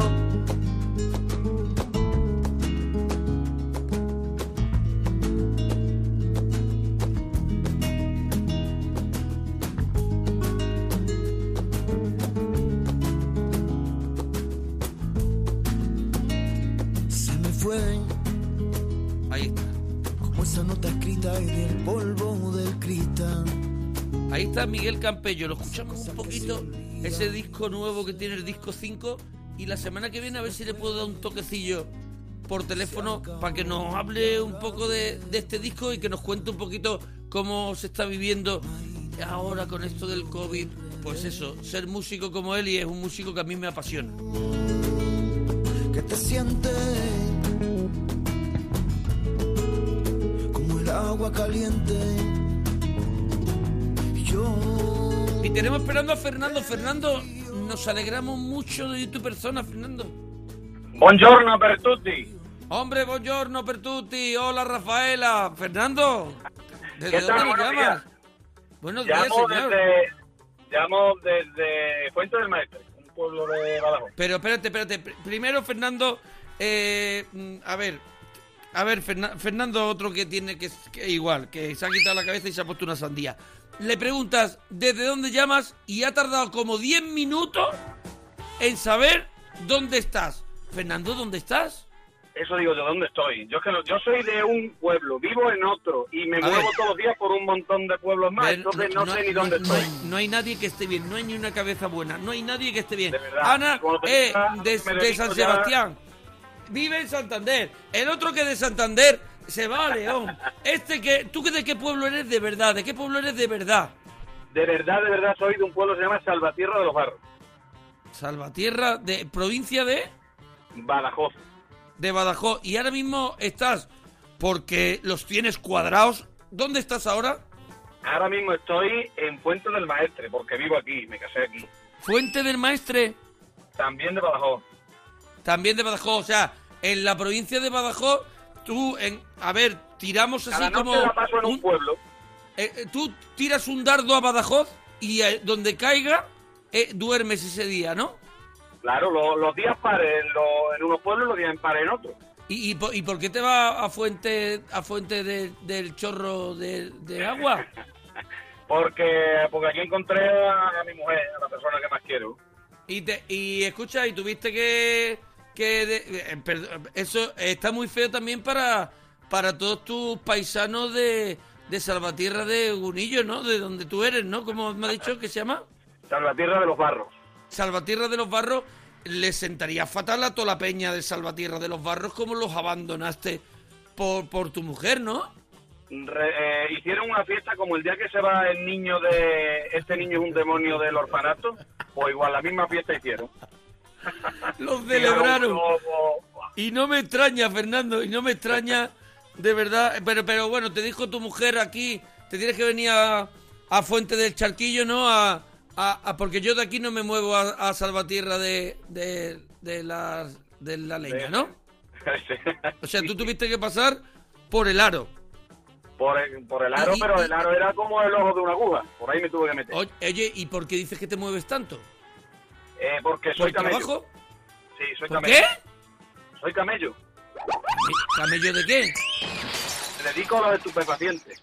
Ahí está. Como esa nota escrita en el polvo del cristal. Ahí está Miguel Campello, lo escuchamos un poquito, ese disco nuevo que tiene el disco 5, y la semana que viene a ver si le puedo dar un toquecillo por teléfono para que nos hable un poco de este disco y que nos cuente un poquito cómo se está viviendo ahora con esto del COVID. Pues eso, ser músico como él, y es un músico que a mí me apasiona. Que te sientes como el agua caliente. Y tenemos esperando a Fernando. Fernando, nos alegramos mucho de tu persona, Fernando. Buongiorno per tutti. Hombre, buongiorno per tutti. Hola, Rafaela. Fernando, ¿desde dónde nos llamas? Buenos días, señor. Llamo desde Fuente del Maestre, un pueblo de Badajoz. Pero espérate. Primero, Fernando, a ver, Fernando, otro que tiene que igual, que se ha quitado la cabeza y se ha puesto una sandía. Le preguntas desde dónde llamas y ha tardado como 10 minutos en saber dónde estás. Fernando, ¿dónde estás? Eso digo, ¿de dónde estoy? Yo soy de un pueblo, vivo en otro y me muevo todos los días por un montón de pueblos más, entonces no sé ni dónde estoy. No hay nadie que esté bien, no hay ni una cabeza buena, no hay nadie que esté bien. De verdad, Ana de San Sebastián, vive en Santander. El otro que de Santander se va a León. ¿Tú de qué pueblo eres de verdad? ¿De qué pueblo eres de verdad? De verdad soy de un pueblo que se llama Salvatierra de los Barros. Salvatierra, de provincia de Badajoz. De Badajoz. Y ahora mismo estás, porque los tienes cuadrados. ¿Dónde estás ahora? Ahora mismo estoy en Fuente del Maestre, porque vivo aquí, me casé aquí. ¿Fuente del Maestre? También de Badajoz. También de Badajoz, o sea, en la provincia de Badajoz, tiramos así como... Cada noche la paso en un pueblo. Tú tiras un dardo a Badajoz y donde caiga, duermes ese día, ¿no? Claro, los días pares en unos pueblos, los días impares en otros. ¿Y por qué te vas a fuente del chorro de agua? porque aquí encontré a mi mujer, a la persona que más quiero. Y escucha, y tuviste eso está muy feo también para todos tus paisanos de Salvatierra de Gunillo, ¿no? De donde tú eres, ¿no? ¿Cómo me ha dicho que se llama? Salvatierra de los Barros. Salvatierra de los Barros. Les sentaría fatal a toda la peña de Salvatierra de los Barros como los abandonaste por tu mujer, ¿no? Hicieron una fiesta como el día que se va el niño este niño es un demonio del orfanato, pues igual la misma fiesta hicieron. Los celebraron. Y no me extraña, Fernando, y no me extraña, de verdad. Pero bueno, te dijo tu mujer aquí, te tienes que venir a Fuente del Charquillo, ¿no? Porque yo de aquí no me muevo a Salvatierra de la Leña, ¿no? O sea, tú tuviste que pasar por el aro. Por el aro, pero el aro era como el ojo de una aguja. Por ahí me tuve que meter. Oye, ¿y por qué dices que te mueves tanto? Porque soy ¿Por camello. trabajo? Sí, soy ¿Por camello. qué? Soy camello. ¿Camello de qué? Me dedico a los estupefacientes.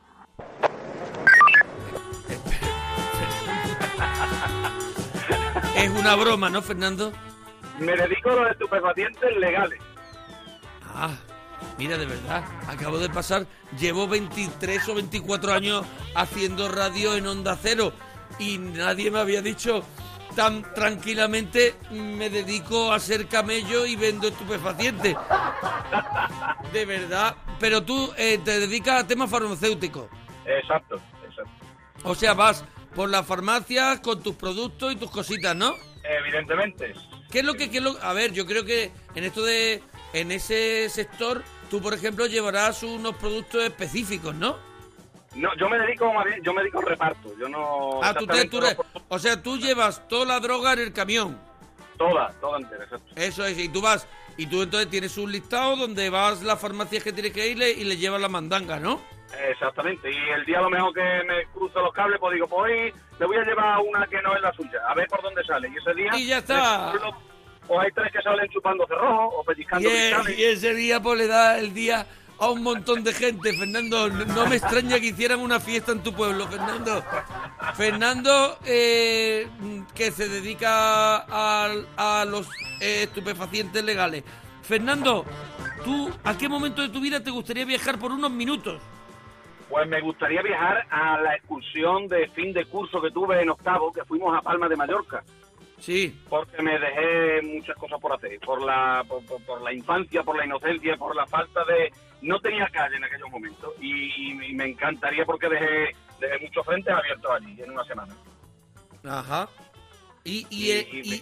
Es una broma, ¿no, Fernando? Me dedico a los estupefacientes legales. Ah, mira, de verdad, acabo de pasar, llevo 23 o 24 años haciendo radio en Onda Cero y nadie me había dicho tan tranquilamente me dedico a ser camello y vendo estupefacientes. De verdad, pero tú te dedicas a temas farmacéuticos. Exacto. O sea, vas por las farmacias con tus productos y tus cositas, ¿no? Evidentemente. A ver, yo creo que en ese sector, tú, por ejemplo, llevarás unos productos específicos, ¿no? No, yo me dedico al reparto. Yo no. Ah, o sea, tú llevas toda la droga en el camión. Toda entera, exacto. Eso es, y tú entonces tienes un listado donde vas a las farmacias que tienes que ir y le llevas la mandanga, ¿no? Exactamente, y el día a lo mejor que me cruzo los cables, pues digo, pues hoy le voy a llevar una que no es la suya, a ver por dónde sale, y ese día... Y ya está. Pues hay 3 que salen chupando cerrojos o pellizcando cristales. Y ese día pues le da el día a un montón de gente, Fernando. No me extraña que hicieran una fiesta en tu pueblo, Fernando. Fernando, que se dedica a los estupefacientes legales. Fernando, ¿tú a qué momento de tu vida te gustaría viajar por unos minutos? Pues me gustaría viajar a la excursión de fin de curso que tuve en octavo, que fuimos a Palma de Mallorca. Sí. Porque me dejé muchas cosas por hacer, por la infancia, por la inocencia, por la falta de... No tenía calle en aquellos momentos y me encantaría porque dejé muchos frentes abiertos allí en una semana. Ajá. Y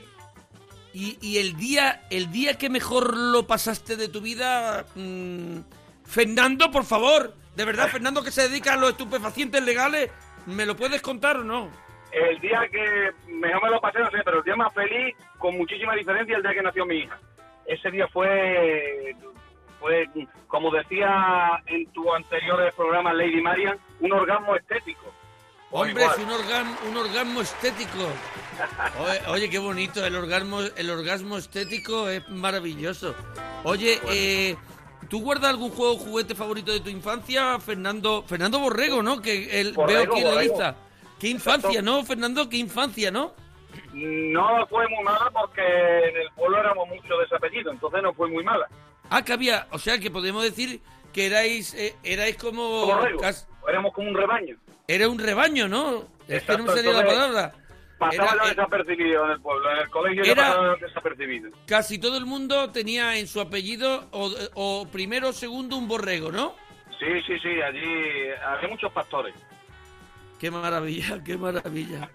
el día que mejor lo pasaste de tu vida, Fernando, por favor, de verdad, Fernando, que se dedica a los estupefacientes legales, ¿me lo puedes contar o no? El día que mejor me lo pasé, no sé, pero el día más feliz, con muchísima diferencia, el día que nació mi hija. Ese día fue, como decía en tu anterior programa, Lady Marian, un orgasmo estético. Hombre, es un orgasmo estético. Oye, qué bonito, el orgasmo estético es maravilloso. Oye, ¿tú guardas algún juguete favorito de tu infancia? Fernando Borrego, ¿no? Que veo aquí en la lista. Qué infancia, ¿no, Fernando? Qué infancia, ¿no? No fue muy mala porque en el pueblo éramos muchos de ese apellido, entonces no fue muy mala. Ah, que había, o sea, que podemos decir que erais como... Éramos como un rebaño. Era un rebaño, ¿no? Es que no me salía la palabra. Pasaba desapercibido en el pueblo, en el colegio yo pasaba desapercibido. Casi todo el mundo tenía en su apellido o primero o segundo un borrego, ¿no? Sí, allí había muchos pastores. Qué maravilla, qué maravilla.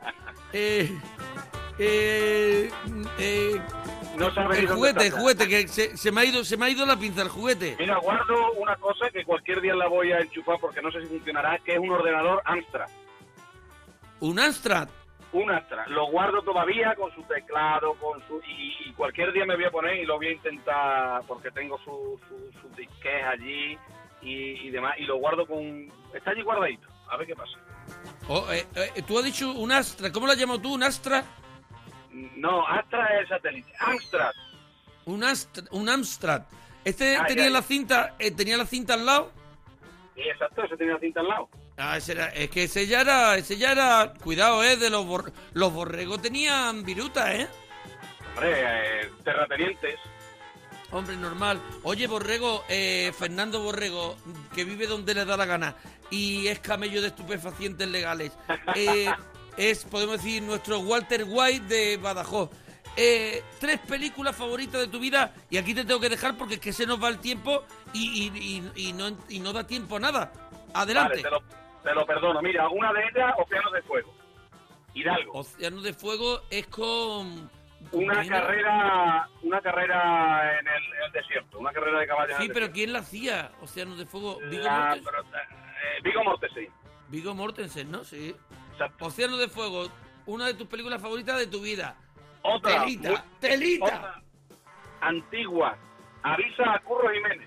No sabes el juguete, que se me ha ido la pinza, el juguete. Mira, guardo una cosa que cualquier día la voy a enchufar porque no sé si funcionará, que es un ordenador Amstrad. ¿Un Amstrad? Un Amstrad. Lo guardo todavía con su teclado, y cualquier día me voy a poner y lo voy a intentar porque tengo sus disquetes allí y demás, y lo guardo está allí guardadito, a ver qué pasa. Tú has dicho un Astra, ¿cómo lo has llamado tú? ¿Un Astra? No, Astra es el satélite. Amstrad. Un Amstrad. ¿Tenía la cinta al lado? Sí, exacto, ese tenía la cinta al lado. Es que ese ya era, cuidado, de los borregos tenían viruta, Hombre, terratenientes. Hombre, normal. Oye, Borrego, Fernando Borrego, que vive donde le da la gana y es camello de estupefacientes legales, podemos decir, nuestro Walter White de Badajoz. 3 películas favoritas de tu vida, y aquí te tengo que dejar porque es que se nos va el tiempo y no da tiempo a nada. Adelante. Vale, te lo perdono. Mira, una de ellas, Océanos de Fuego. Hidalgo. Océanos de Fuego es con... Una carrera en el desierto, una carrera de caballos. Sí, pero ¿quién la hacía? Océanos de Fuego, Viggo Mortensen. Viggo Mortensen, ¿no? Sí. Exacto. Océanos de Fuego, una de tus películas favoritas de tu vida. Otra. Telita. Otra, antigua. Avisa a Curro Jiménez.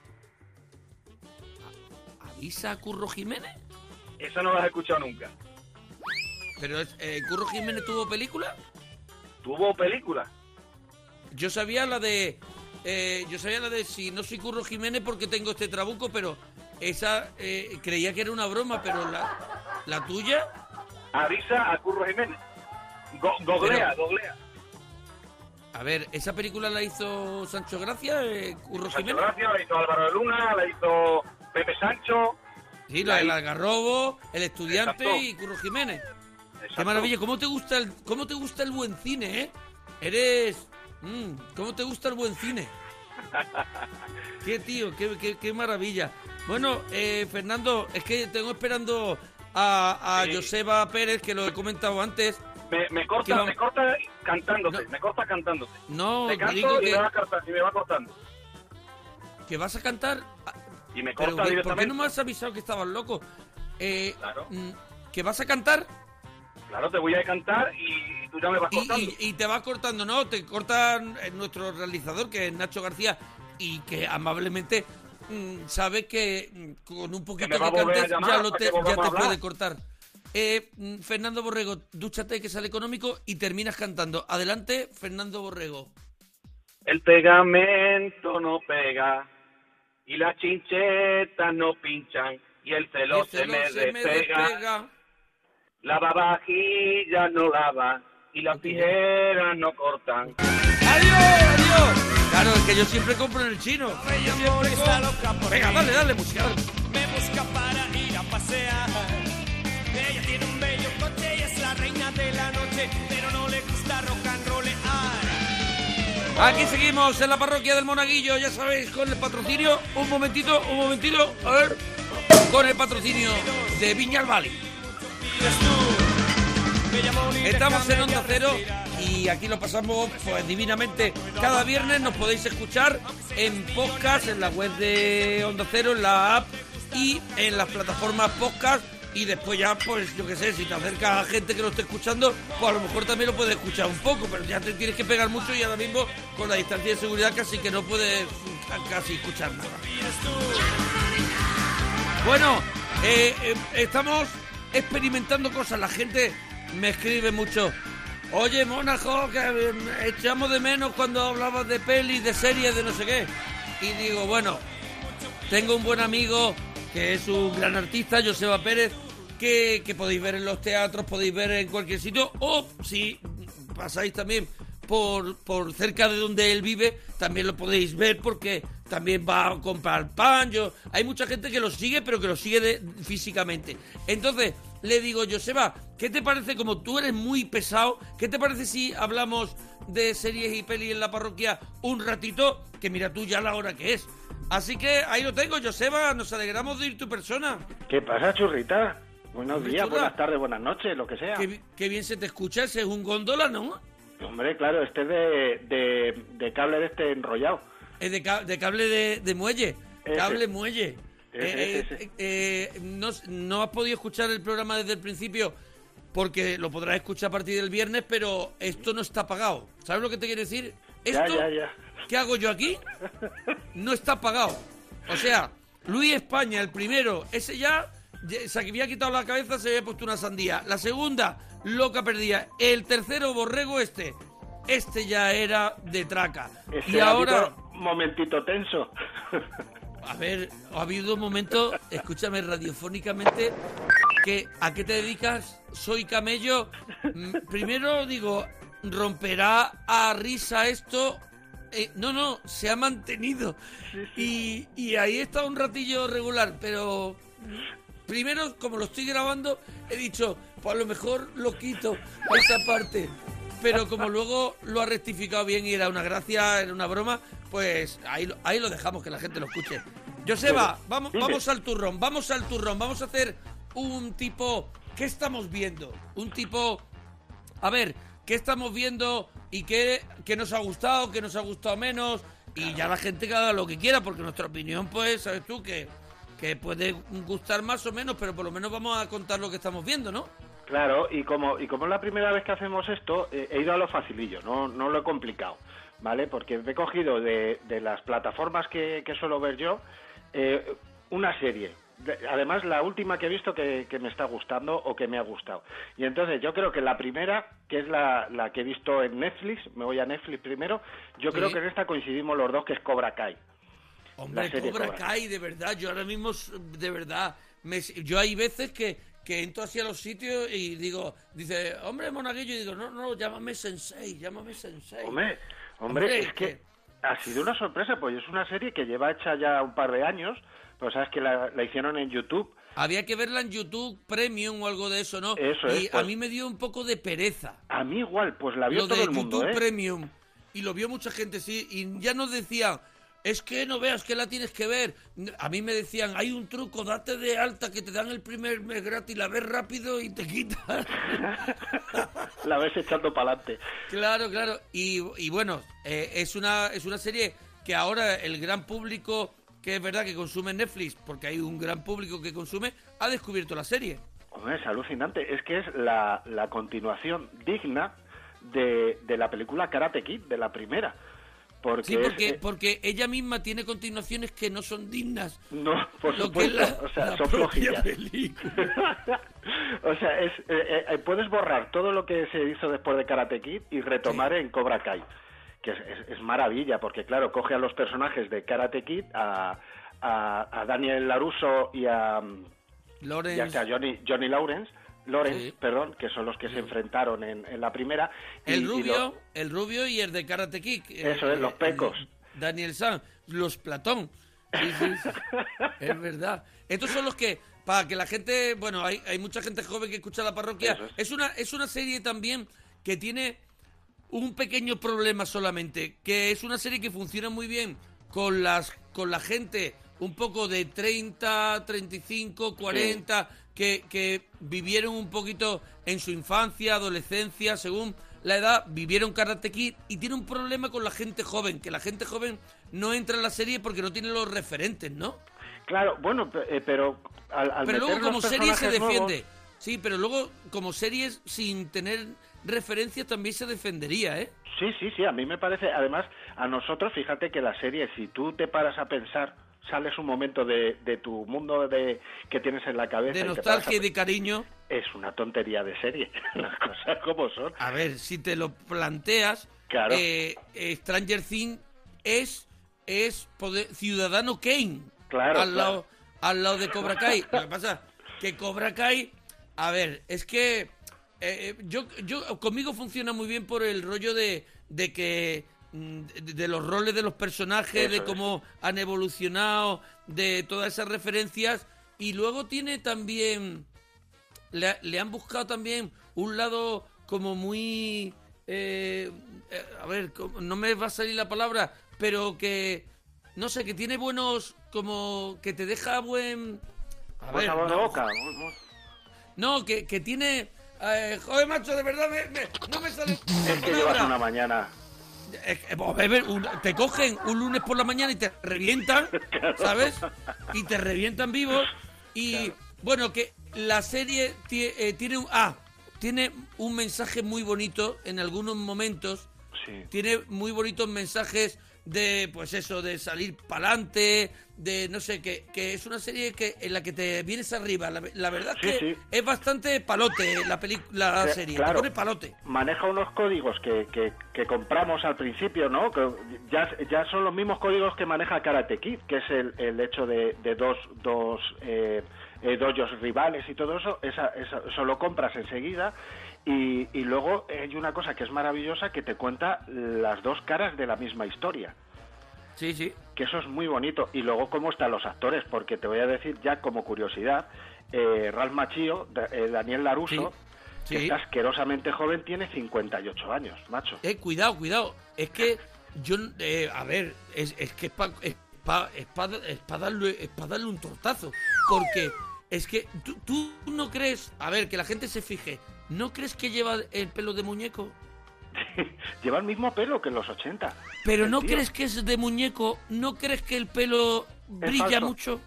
¿Avisa a Curro Jiménez? Esa no la has escuchado nunca. ¿Pero Curro Jiménez tuvo película? ¿Tuvo película? Yo sabía la de si no soy Curro Jiménez porque tengo este trabuco, pero esa creía que era una broma, pero la tuya... Avisa a Curro Jiménez. Googlea. A ver, ¿esa película la hizo Sancho Gracia, Curro Jiménez? Sancho Gracia, la hizo Álvaro de Luna, la hizo Pepe Sancho. Sí, la del Algarrobo, El Estudiante. Exacto. Y Curro Jiménez. Exacto. Qué maravilla, ¿cómo te gusta el buen cine, ¿cómo te gusta el buen cine? Qué tío, qué maravilla. Bueno, Fernando, es que tengo esperando a sí. Joseba Pérez, que lo he comentado antes. Me corta cantándote, no. me corta cantándote. No, te canto digo y que... me va cortando. ¿Que vas a cantar? Y me corta directamente. directamente. ¿Por qué no me has avisado que estabas loco? Claro. ¿Que vas a cantar? Claro, te voy a cantar y tú ya me vas cortando. Y te vas cortando, ¿no? Te corta nuestro realizador, que es Nacho García, y que amablemente sabe que con un poquito que cantes ya te puede cortar. Fernando Borrego, dúchate, que sale económico, y terminas cantando. Adelante, Fernando Borrego. El pegamento no pega y las chinchetas no pinchan y el celo se me despega. Lavavajillas no lava y las tijeras no cortan. ¡Adiós! Claro, es que yo siempre compro en el chino. Venga, dale, música. Me busca para ir a pasear. Ella tiene un bello coche y es la reina de la noche, pero no le gusta rock and rollear. Aquí seguimos en la parroquia del Monaguillo, ya sabéis, con el patrocinio, un momentito, a ver, con el patrocinio de Viña al Valley. Estamos en Onda Cero y aquí lo pasamos pues divinamente. Cada viernes nos podéis escuchar en podcast, en la web de Onda Cero, en la app y en las plataformas podcast. Y después ya, pues yo qué sé, si te acercas a gente que lo esté escuchando, pues a lo mejor también lo puedes escuchar un poco, pero ya te tienes que pegar mucho y ahora mismo con la distancia de seguridad casi que no puedes casi escuchar nada. Bueno, estamos experimentando cosas, la gente me escribe mucho. Oye, Mónaco, que echamos de menos cuando hablabas de pelis, de series, de no sé qué. Y digo, bueno, tengo un buen amigo que es un gran artista, Joseba Pérez, que podéis ver en los teatros, podéis ver en cualquier sitio, o si pasáis también por cerca de donde él vive, también lo podéis ver porque también va a comprar pan. Hay mucha gente que lo sigue, pero que lo sigue físicamente. Entonces, le digo, Joseba, ¿qué te parece, como tú eres muy pesado, qué te parece si hablamos de series y pelis en la parroquia un ratito? Que mira tú ya la hora que es. Así que ahí lo tengo, Joseba, nos alegramos de ir tu persona. ¿Qué pasa, churrita? Buenos días, churra. buenas tardes, buenas noches, lo que sea. Qué bien se te escucha, ese es un góndola, ¿no? Hombre, claro, este es de cable de este enrollado. Es de cable de muelle, Ese. Cable muelle. Ese. No has podido escuchar el programa desde el principio porque lo podrás escuchar a partir del viernes, pero esto no está pagado. ¿Sabes lo que te quiero decir? Esto, Ya. ¿qué hago yo aquí? No está pagado. O sea, Luis España, el primero, ese ya se había quitado la cabeza, se había puesto una sandía. La segunda, loca perdida. El tercero, Borrego, este ya era de traca. Ese y ahora... momentito tenso. a ver, ha habido momentos, escúchame, radiofónicamente, que ¿a qué te dedicas? Soy camello. Primero digo, ¿romperá a risa esto? No, se ha mantenido. Sí. Y ahí está un ratillo regular, pero primero, como lo estoy grabando, he dicho, pues a lo mejor lo quito esa parte. Pero como luego lo ha rectificado bien y era una gracia, era una broma, pues ahí lo dejamos, que la gente lo escuche. Joseba, vamos al turrón, vamos a hacer un tipo... ¿Qué estamos viendo? Un tipo... A ver, ¿qué estamos viendo y qué nos ha gustado, qué nos ha gustado menos? Y ya la gente que haga lo que quiera, porque nuestra opinión, pues, sabes tú, que puede gustar más o menos, pero por lo menos vamos a contar lo que estamos viendo, ¿no? Claro, y como es la primera vez que hacemos esto, he ido a lo facilillo, no lo he complicado, ¿vale? Porque me he cogido de las plataformas que suelo ver yo, una serie. Además, la última que he visto que me está gustando o que me ha gustado. Y entonces yo creo que la primera, que es la que he visto en Netflix, me voy a Netflix primero, yo creo que en esta coincidimos los dos, que es Cobra Kai. Hombre, Cobra Kai, de verdad, yo ahora mismo, de verdad, yo hay veces que entro hacia los sitios y dice, hombre, Monaguillo, y digo, no, llámame Sensei. Hombre, es que ha sido una sorpresa, pues es una serie que lleva hecha ya un par de años, pero sabes que la hicieron en YouTube. Había que verla en YouTube Premium o algo de eso, ¿no? Eso y es, pues, a mí me dio un poco de pereza. A mí igual, pues la vio todo el mundo, YouTube Premium, y lo vio mucha gente, sí, y ya nos decían, es que no veas que la tienes que ver. A mí me decían, hay un truco, date de alta, que te dan el primer mes gratis, la ves rápido y te quitas. La ves echando para adelante. Claro. Y bueno, es una serie que ahora el gran público, que es verdad que consume Netflix, porque hay un gran público que consume, ha descubierto la serie. Hombre, es alucinante. Es que es la continuación digna de la película Karate Kid, de la primera. Porque ella misma tiene continuaciones que no son dignas. No, por supuesto, son flojillas. O sea, puedes borrar todo lo que se hizo después de Karate Kid y retomar en Cobra Kai, que es maravilla, porque claro, coge a los personajes de Karate Kid, a Daniel LaRusso y a Johnny Lawrence, perdón, que son los que se enfrentaron en la primera. El rubio y el de Karate Kid. Eso es, los pecos. Daniel San, los Platón. Sí. Es verdad. Estos son los que, para que la gente, bueno, hay mucha gente joven que escucha La Parroquia. Es una serie también que tiene un pequeño problema solamente, que es una serie que funciona muy bien con la gente un poco de 30, 35, 40... Sí. Que vivieron un poquito en su infancia, adolescencia, según la edad, vivieron Karate Kid, y tiene un problema con la gente joven, que la gente joven no entra en la serie porque no tiene los referentes, ¿no? Claro, bueno, pero pero luego como serie se defiende. Nuevos... Sí, pero luego como series sin tener referencias también se defendería, ¿eh? Sí, a mí me parece, además, a nosotros, fíjate que la serie, si tú te paras a pensar, sales un momento de tu mundo que tienes en la cabeza. De nostalgia y de cariño. Es una tontería de serie, las cosas como son. A ver, si te lo planteas, claro. Stranger Things es Ciudadano Kane. Claro, al lado de Cobra Kai. Lo que pasa que Cobra Kai, a ver, es que yo conmigo funciona muy bien por el rollo de que de los roles de los personajes, de cómo han evolucionado, de todas esas referencias, y luego tiene también le han buscado también un lado como muy a ver, no me va a salir la palabra, pero que no sé, que tiene buenos, como que te deja buen sabor de boca. No, que tiene joder, macho, de verdad no me sale. Es que llevas una mañana. Te cogen un lunes por la mañana y te revientan, ¿sabes? Y te revientan vivos. Y bueno, que la serie tiene un mensaje muy bonito en algunos momentos. Sí. Tiene muy bonitos mensajes pues eso, de salir pa'lante, de no sé, que es una serie en la que te vienes arriba. La verdad es que es bastante palote la serie, claro, te pone palote. Maneja unos códigos que compramos al principio, ¿no? Que ya son los mismos códigos que maneja Karate Kid, que es el hecho de dos dojos rivales y todo eso. Eso lo compras enseguida. Y luego hay una cosa que es maravillosa, que te cuenta las dos caras de la misma historia. Sí, sí. Que eso es muy bonito. Y luego cómo están los actores, porque te voy a decir ya como curiosidad, Ralph Macchio, Daniel LaRusso, que está asquerosamente joven, tiene 58 años, macho. Cuidado. Es que yo, a ver, es que es para darle un tortazo. Porque es que tú no crees, a ver, que la gente se fije, ¿no crees que lleva el pelo de muñeco? Lleva el mismo pelo que en los 80. Pero ¿no crees que es de muñeco? ¿No crees que el pelo brilla mucho?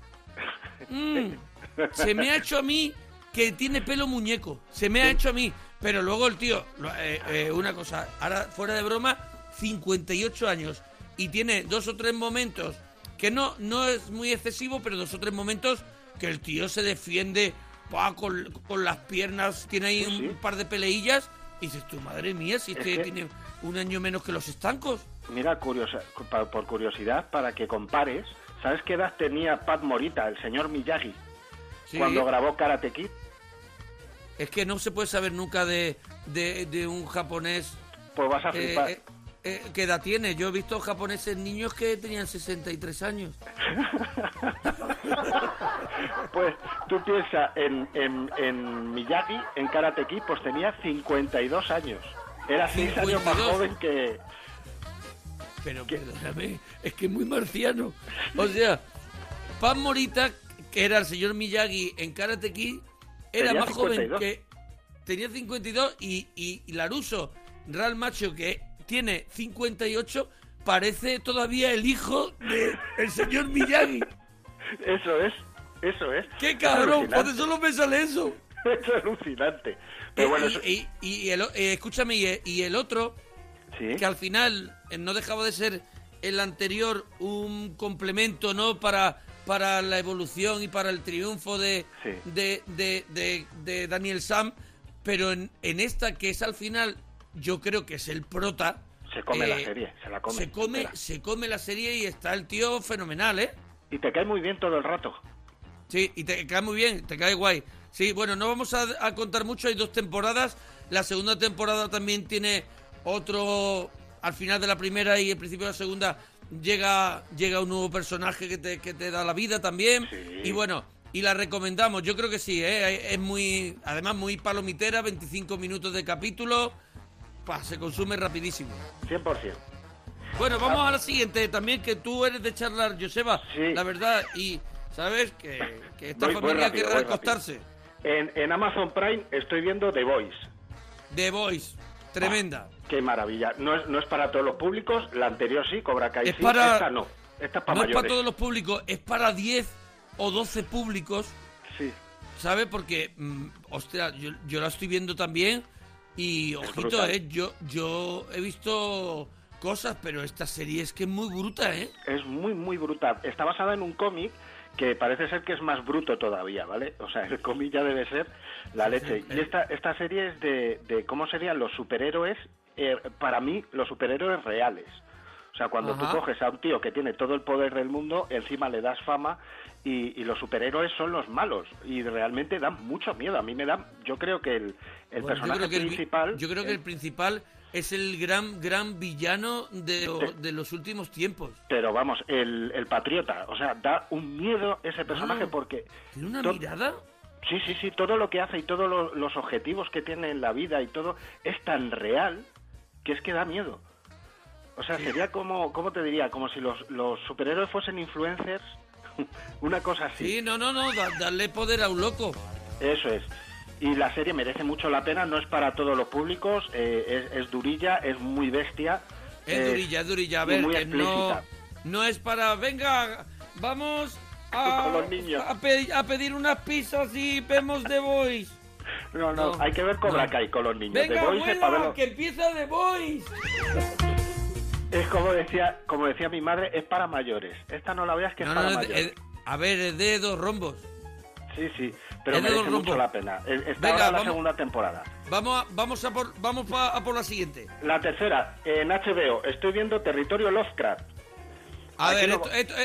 Se me ha hecho a mí que tiene pelo muñeco. Se me ha hecho a mí. Pero luego el tío, una cosa, ahora fuera de broma, 58 años. Y tiene 2 o 3 momentos, que no es muy excesivo, pero 2 o 3 momentos que el tío se defiende con las piernas, tiene ahí un par de peleillas. Y dices tú, madre mía, si tiene un año menos que los estancos. Mira, por curiosidad, para que compares, ¿sabes qué edad tenía Pat Morita, el señor Miyagi, cuando grabó Karate Kid? Es que no se puede saber nunca de un japonés. Pues vas a flipar. ¿Qué edad tiene? Yo he visto japoneses niños que tenían 63 años. Pues tú piensas en Miyagi, en Karate Kid, pues tenía 52 años. Era 6 años más joven que... Pero perdóname, es que es muy marciano. O sea, Pat Morita, que era el señor Miyagi en Karate Kid, era tenía más 52. Joven que... Tenía 52 y LaRusso, Ralph Macchio, que tiene 58, parece todavía el hijo del señor Miyagi. Eso es. ¡Qué cabrón! ¿Dónde solo me sale eso? Es alucinante. Pero bueno, escúchame, y el otro, que al final no dejaba de ser el anterior un complemento, ¿no? Para la evolución y para el triunfo de Daniel Sam, pero en esta, que es al final, yo creo que es el prota. Se come la serie, se la come. Se come la serie y está el tío fenomenal, ¿eh? Y te cae muy bien todo el rato. Sí, y te cae muy bien, te cae guay. Sí, bueno, no vamos a contar mucho, hay 2 temporadas. La segunda temporada también tiene otro... Al final de la primera y al principio de la segunda llega un nuevo personaje que te da la vida también. Sí. Y bueno, y la recomendamos, yo creo que sí, ¿eh? Es muy... Además, muy palomitera, 25 minutos de capítulo. Se consume rapidísimo. 100%. Bueno, vamos a la siguiente también, que tú eres de charlar, Joseba, la verdad, y sabes que esta familia quiere acostarse. En Amazon Prime estoy viendo The Voice. The Voice, tremenda. Qué maravilla. No es para todos los públicos, la anterior sí, Cobra Kai sí, esta no. Esta es para mayores. No es para todos los públicos, es para 10 o 12 públicos. Sí. ¿Sabes? Porque, ostras, yo la estoy viendo también y, ojito, yo he visto cosas, pero esta serie es que es muy bruta, ¿eh? Es muy, muy bruta. Está basada en un cómic que parece ser que es más bruto todavía, ¿vale? O sea, el cómic ya debe ser la leche. Y esta serie es de cómo serían los superhéroes, para mí, los superhéroes reales. O sea, cuando tú coges a un tío que tiene todo el poder del mundo, encima le das fama y los superhéroes son los malos. Y realmente dan mucho miedo. A mí me da... Yo creo que el personaje principal... Yo creo que el principal... es el gran villano de los últimos tiempos. Pero vamos, el patriota, o sea, da un miedo ese personaje porque... ¿Tiene una mirada? Sí, todo lo que hace y todos los objetivos que tiene en la vida y todo es tan real que es que da miedo. O sea, sería como, ¿cómo te diría? Como si los superhéroes fuesen influencers, una cosa así. Sí, no, darle poder a un loco. Eso es. Y la serie merece mucho la pena, no es para todos los públicos, es durilla, es muy bestia. Es durilla, a ver, muy que no es para, venga, vamos con los niños. a pedir unas pizzas y vemos The Voice. No, hay que ver Cobra Kai con los niños. Venga, The Voice abuela, que empieza The Voice. Es como decía mi madre, es para mayores. Esta no la veas que es para mayores. A ver, es de 2 rombos. Sí, pero merece mucho la pena. Está ahora la segunda temporada. Vamos a por la siguiente. La tercera, en HBO, estoy viendo Territorio Lovecraft. A ver,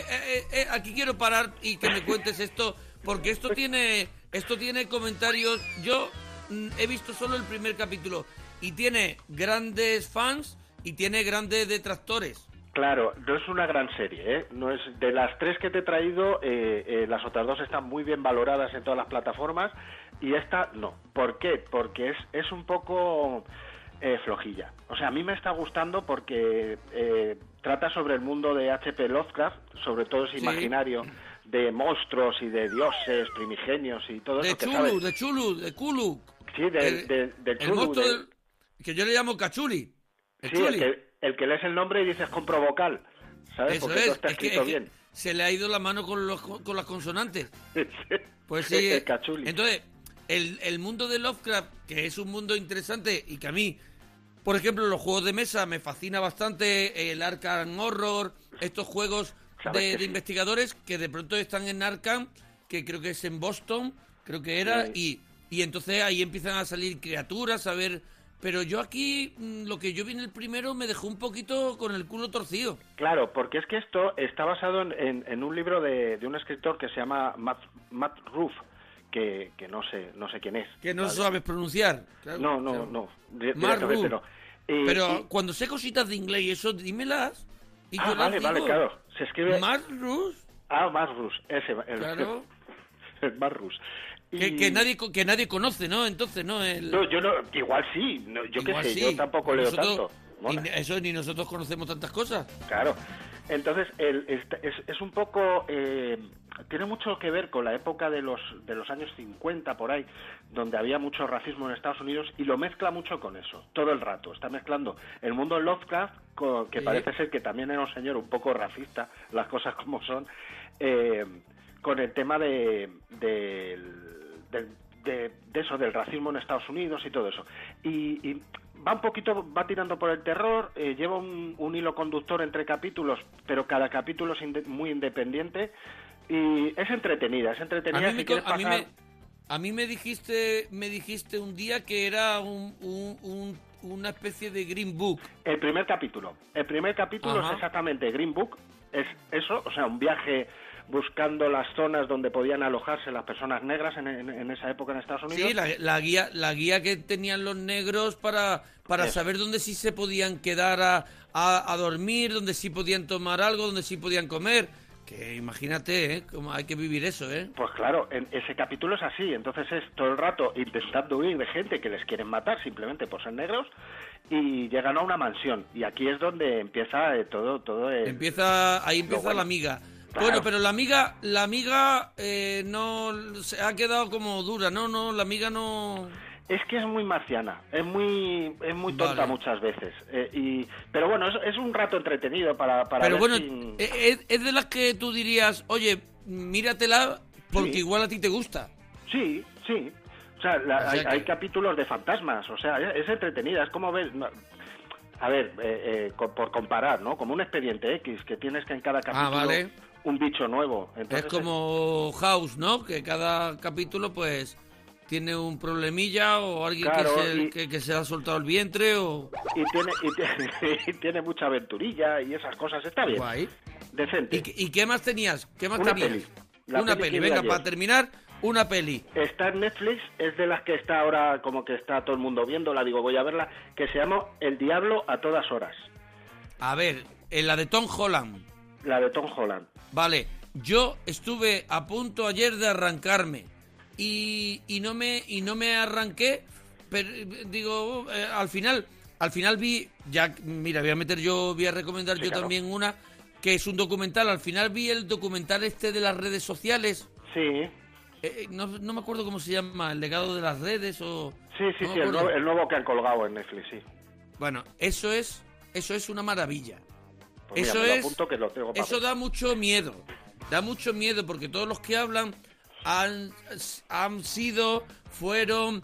aquí quiero parar y que me cuentes esto, porque esto tiene comentarios. Yo he visto solo el primer capítulo y tiene grandes fans y tiene grandes detractores. Claro, no es una gran serie, ¿eh? No es de las 3 que te he traído, las otras 2 están muy bien valoradas en todas las plataformas y esta no. ¿Por qué? Porque es un poco flojilla. O sea, a mí me está gustando porque trata sobre el mundo de H.P. Lovecraft, sobre todo ese imaginario de monstruos y de dioses primigenios y todo eso. De Cthulhu. Sí, del Cthulhu. Que yo le llamo Cachuli. El que lees el nombre y dices compro vocal, ¿sabes? Eso porque todo está escrito bien. Se le ha ido la mano con las consonantes. Pues sí. El Cachuli. Entonces, el mundo de Lovecraft, que es un mundo interesante y que a mí, por ejemplo, los juegos de mesa me fascina bastante, el Arkham Horror, estos juegos de investigadores que de pronto están en Arkham, que creo que es en Boston, creo que era, y entonces ahí empiezan a salir criaturas, a ver. Pero yo aquí, lo que yo vi en el primero me dejó un poquito con el culo torcido. Claro, porque es que esto está basado en un libro de un escritor que se llama Matt Ruff, que no sé quién es. Que no sabes pronunciar. Claro, no. Matt Ruff. Pero cuando sé cositas de inglés y eso, dímelas. Y yo vale, claro. Se escribe... Matt Ruff. Matt Ruff, ese. Claro. Matt Ruff. Que nadie conoce, ¿no? Entonces, ¿no? No, yo no, igual sí, no, yo qué sé, yo tampoco leo tanto. Eso ni nosotros conocemos tantas cosas. Claro, entonces es un poco, tiene mucho que ver con la época de los años 50 por ahí, donde había mucho racismo en Estados Unidos y lo mezcla mucho con eso, todo el rato, está mezclando el mundo de Lovecraft, que parece ser que también era un señor un poco racista, las cosas como son, con el tema de eso, del racismo en Estados Unidos y todo eso. Y va tirando por el terror, lleva un hilo conductor entre capítulos, pero cada capítulo es muy independiente y es entretenida. A mí me dijiste un día que era una especie de Green Book. El primer capítulo es exactamente Green Book, es eso, o sea, un viaje buscando las zonas donde podían alojarse las personas negras en esa época en Estados Unidos. Sí, la guía que tenían los negros para saber dónde sí se podían quedar a dormir, dónde sí podían tomar algo, dónde sí podían comer. Que imagínate, cómo hay que vivir eso, Pues claro, ese capítulo es así, entonces es todo el rato intentando huir de gente que les quieren matar simplemente por ser negros y llegan a una mansión y aquí es donde empieza todo ahí empieza la amiga. Claro. Bueno, pero la amiga no se ha quedado como dura, no, la amiga no. Es que es muy marciana, es muy tonta muchas veces, pero bueno, es un rato entretenido para pero ver bueno, es de las que tú dirías, oye, míratela porque igual a ti te gusta. Sí, o sea, hay capítulos de fantasmas, o sea, es entretenida, es como ver. A ver, por comparar, ¿no? Como un expediente X, que tienes que en cada capítulo un bicho nuevo. Entonces, es como House, ¿no? Que cada capítulo, pues, tiene un problemilla o alguien que se ha soltado el vientre o... Y tiene mucha aventurilla y esas cosas. Está bien. Guay. Decente. ¿Y qué más tenías? Peli. Una peli. Venga, para terminar... Una peli. Está en Netflix, es de las que está ahora como que está todo el mundo viéndola, digo, voy a verla, que se llama El Diablo a todas horas. A ver, la de Tom Holland. La de Tom Holland. Vale, yo estuve a punto ayer de arrancarme y no me arranqué, pero digo, al final vi, ya, mira, voy a recomendar yo también una, que es un documental, al final vi el documental de las redes sociales. Sí. No me acuerdo cómo se llama, el legado de las redes o... Sí, el nuevo que han colgado en Netflix, sí. Bueno, eso es una maravilla. Pues mira, eso da mucho miedo porque todos los que hablan fueron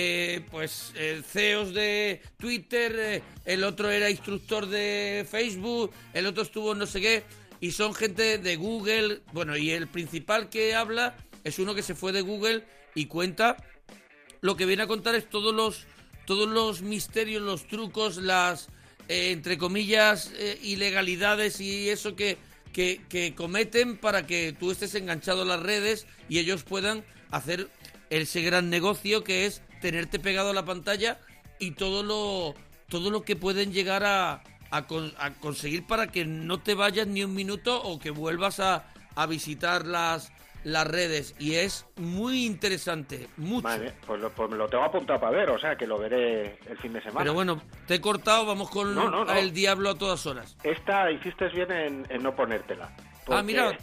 CEOs de Twitter, el otro era instructor de Facebook, el otro estuvo no sé qué, y son gente de Google. Bueno, y el principal que habla es uno que se fue de Google y cuenta, lo que viene a contar es todos los misterios, los trucos, las entre comillas ilegalidades y eso que cometen para que tú estés enganchado a las redes y ellos puedan hacer ese gran negocio que es tenerte pegado a la pantalla y todo lo que pueden llegar a conseguir para que no te vayas ni un minuto o que vuelvas a visitar las redes. Y es muy interesante, mucho. Vale, pues me lo tengo apuntado para ver, o sea que lo veré el fin de semana. Pero bueno, te he cortado, vamos con No. El Diablo a todas horas. Esta hiciste bien en no ponértela. Porque... mira,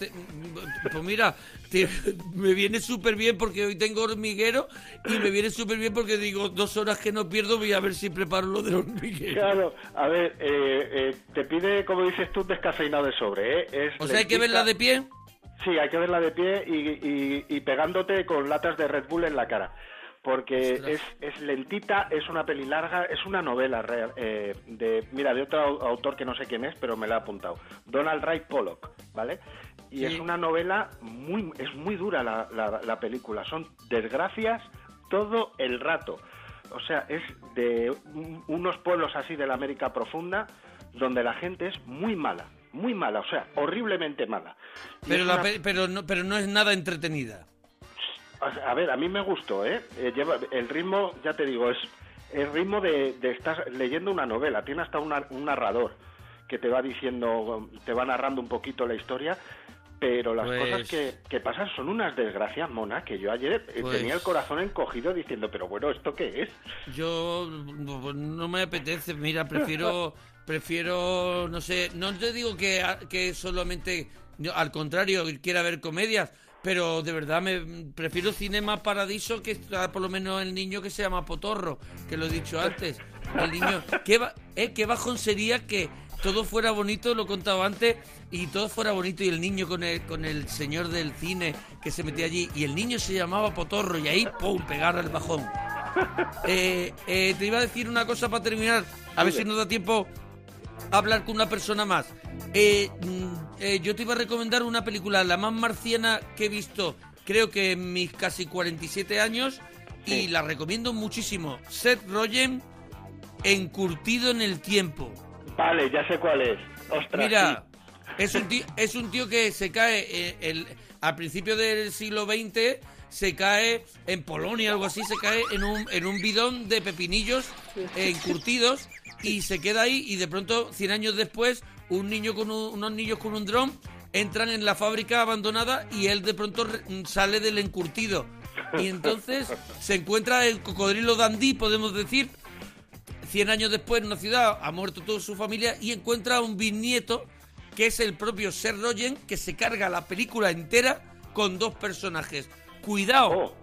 me viene súper bien porque hoy tengo hormiguero y me viene súper bien porque digo, 2 horas que no pierdo, voy a ver si preparo lo del hormiguero. Claro, a ver, te pide, como dices tú, descafeinado de sobre, ¿eh? O sea, hay que verla de pie. Sí, hay que verla de pie y pegándote con latas de Red Bull en la cara. Porque es lentita, es una peli larga, es una novela de otro autor que no sé quién es, pero me la ha apuntado. Donald Ray Pollock, ¿vale? Y sí. Es una novela es muy dura la película. Son desgracias todo el rato. O sea, es de unos pueblos así de la América profunda donde la gente es muy mala, o sea, horriblemente mala. Pero no es nada entretenida. A ver, a mí me gustó, ¿eh? Lleva el ritmo, ya te digo, es el ritmo de estar leyendo una novela. Tiene hasta un narrador que te va diciendo, te va narrando un poquito la historia, pero las cosas que pasan son unas desgracias, Mona, que yo ayer tenía el corazón encogido diciendo, pero bueno, ¿esto qué es? Yo no me apetece, mira, prefiero, no sé, no te digo que solamente, al contrario, quiera ver comedias, pero de verdad prefiero Cinema Paradiso, que está por lo menos el niño que se llama Potorro, que lo he dicho antes. El niño, qué bajón sería que todo fuera bonito, lo he contado antes, y todo fuera bonito y el niño con el señor del cine que se metía allí y el niño se llamaba Potorro y ahí, ¡pum!, pegar el bajón. Te iba a decir una cosa para terminar, a ver si nos da tiempo a hablar con una persona más. Yo te iba a recomendar una película, la más marciana que he visto, creo que en mis casi 47 años, y la recomiendo muchísimo. Seth Rogen, Encurtido en el tiempo. Vale, ya sé cuál es. Ostras, mira, sí. es un tío que se cae al principio del siglo XX, se cae en Polonia, algo así, se cae en un bidón de pepinillos encurtidos y se queda ahí, y de pronto, 100 años después, unos niños con un dron entran en la fábrica abandonada y él de pronto sale del encurtido. Y entonces se encuentra el cocodrilo Dundee, podemos decir, 100 años después en una ciudad, ha muerto toda su familia y encuentra a un bisnieto que es el propio Seth Rogen, que se carga la película entera con 2 personajes. Cuidado,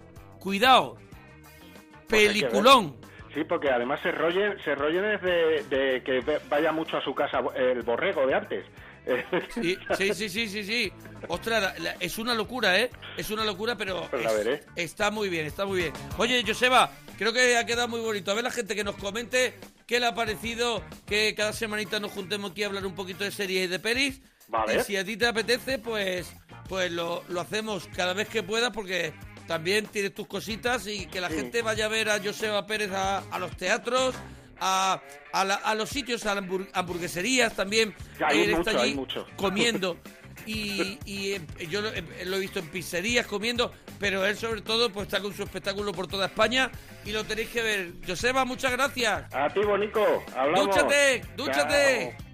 peliculón. Sí, porque además Seth Rogen es de que vaya mucho a su casa el borrego de antes. Sí. Ostras, es una locura, ¿eh? Es una locura, pero la veré. Está muy bien. Oye, Joseba, creo que ha quedado muy bonito. A ver la gente que nos comente qué le ha parecido, que cada semanita nos juntemos aquí a hablar un poquito de series y de pelis. Vale. Y si a ti te apetece, pues lo hacemos cada vez que puedas, porque también tienes tus cositas y que la gente vaya a ver a Joseba Pérez a los teatros, a los sitios, a las hamburgueserías también. Hay mucho. Comiendo. Y yo lo he visto en pizzerías comiendo, pero él sobre todo pues está con su espectáculo por toda España y lo tenéis que ver. Joseba, muchas gracias. A ti, Bonico. Hablamos. Dúchate. Chao.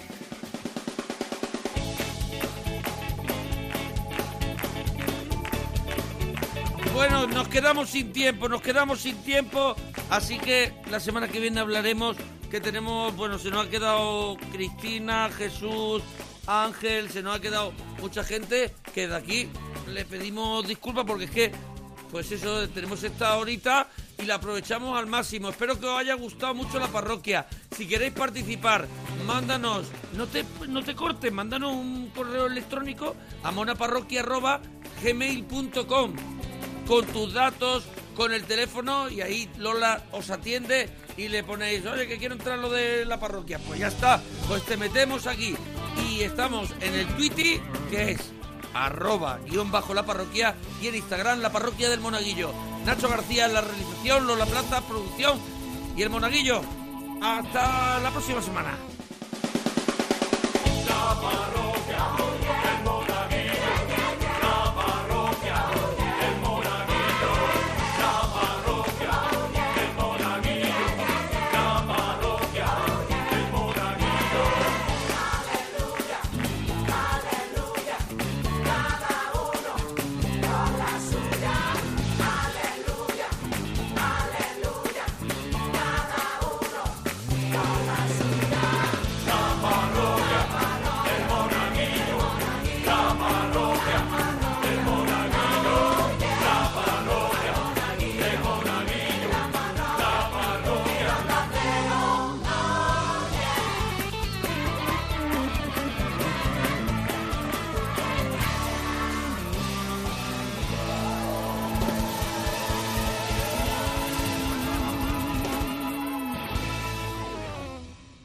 Bueno, nos quedamos sin tiempo, así que la semana que viene hablaremos, que tenemos, bueno, se nos ha quedado Cristina, Jesús, Ángel, se nos ha quedado mucha gente, que de aquí le pedimos disculpas porque es que, pues eso, tenemos esta horita y la aprovechamos al máximo. Espero que os haya gustado mucho la parroquia. Si queréis participar, mándanos, no te cortes, mándanos un correo electrónico a monaparroquia@gmail.com con tus datos, con el teléfono, y ahí Lola os atiende y le ponéis, oye, que quiero entrar lo de la parroquia. Pues ya está, pues te metemos aquí. Y estamos en el Twitter, que es @_la parroquia, y en Instagram, La Parroquia del Monaguillo. Nacho García en la realización, Lola Plata, producción, y el Monaguillo. Hasta la próxima semana. La parroquia.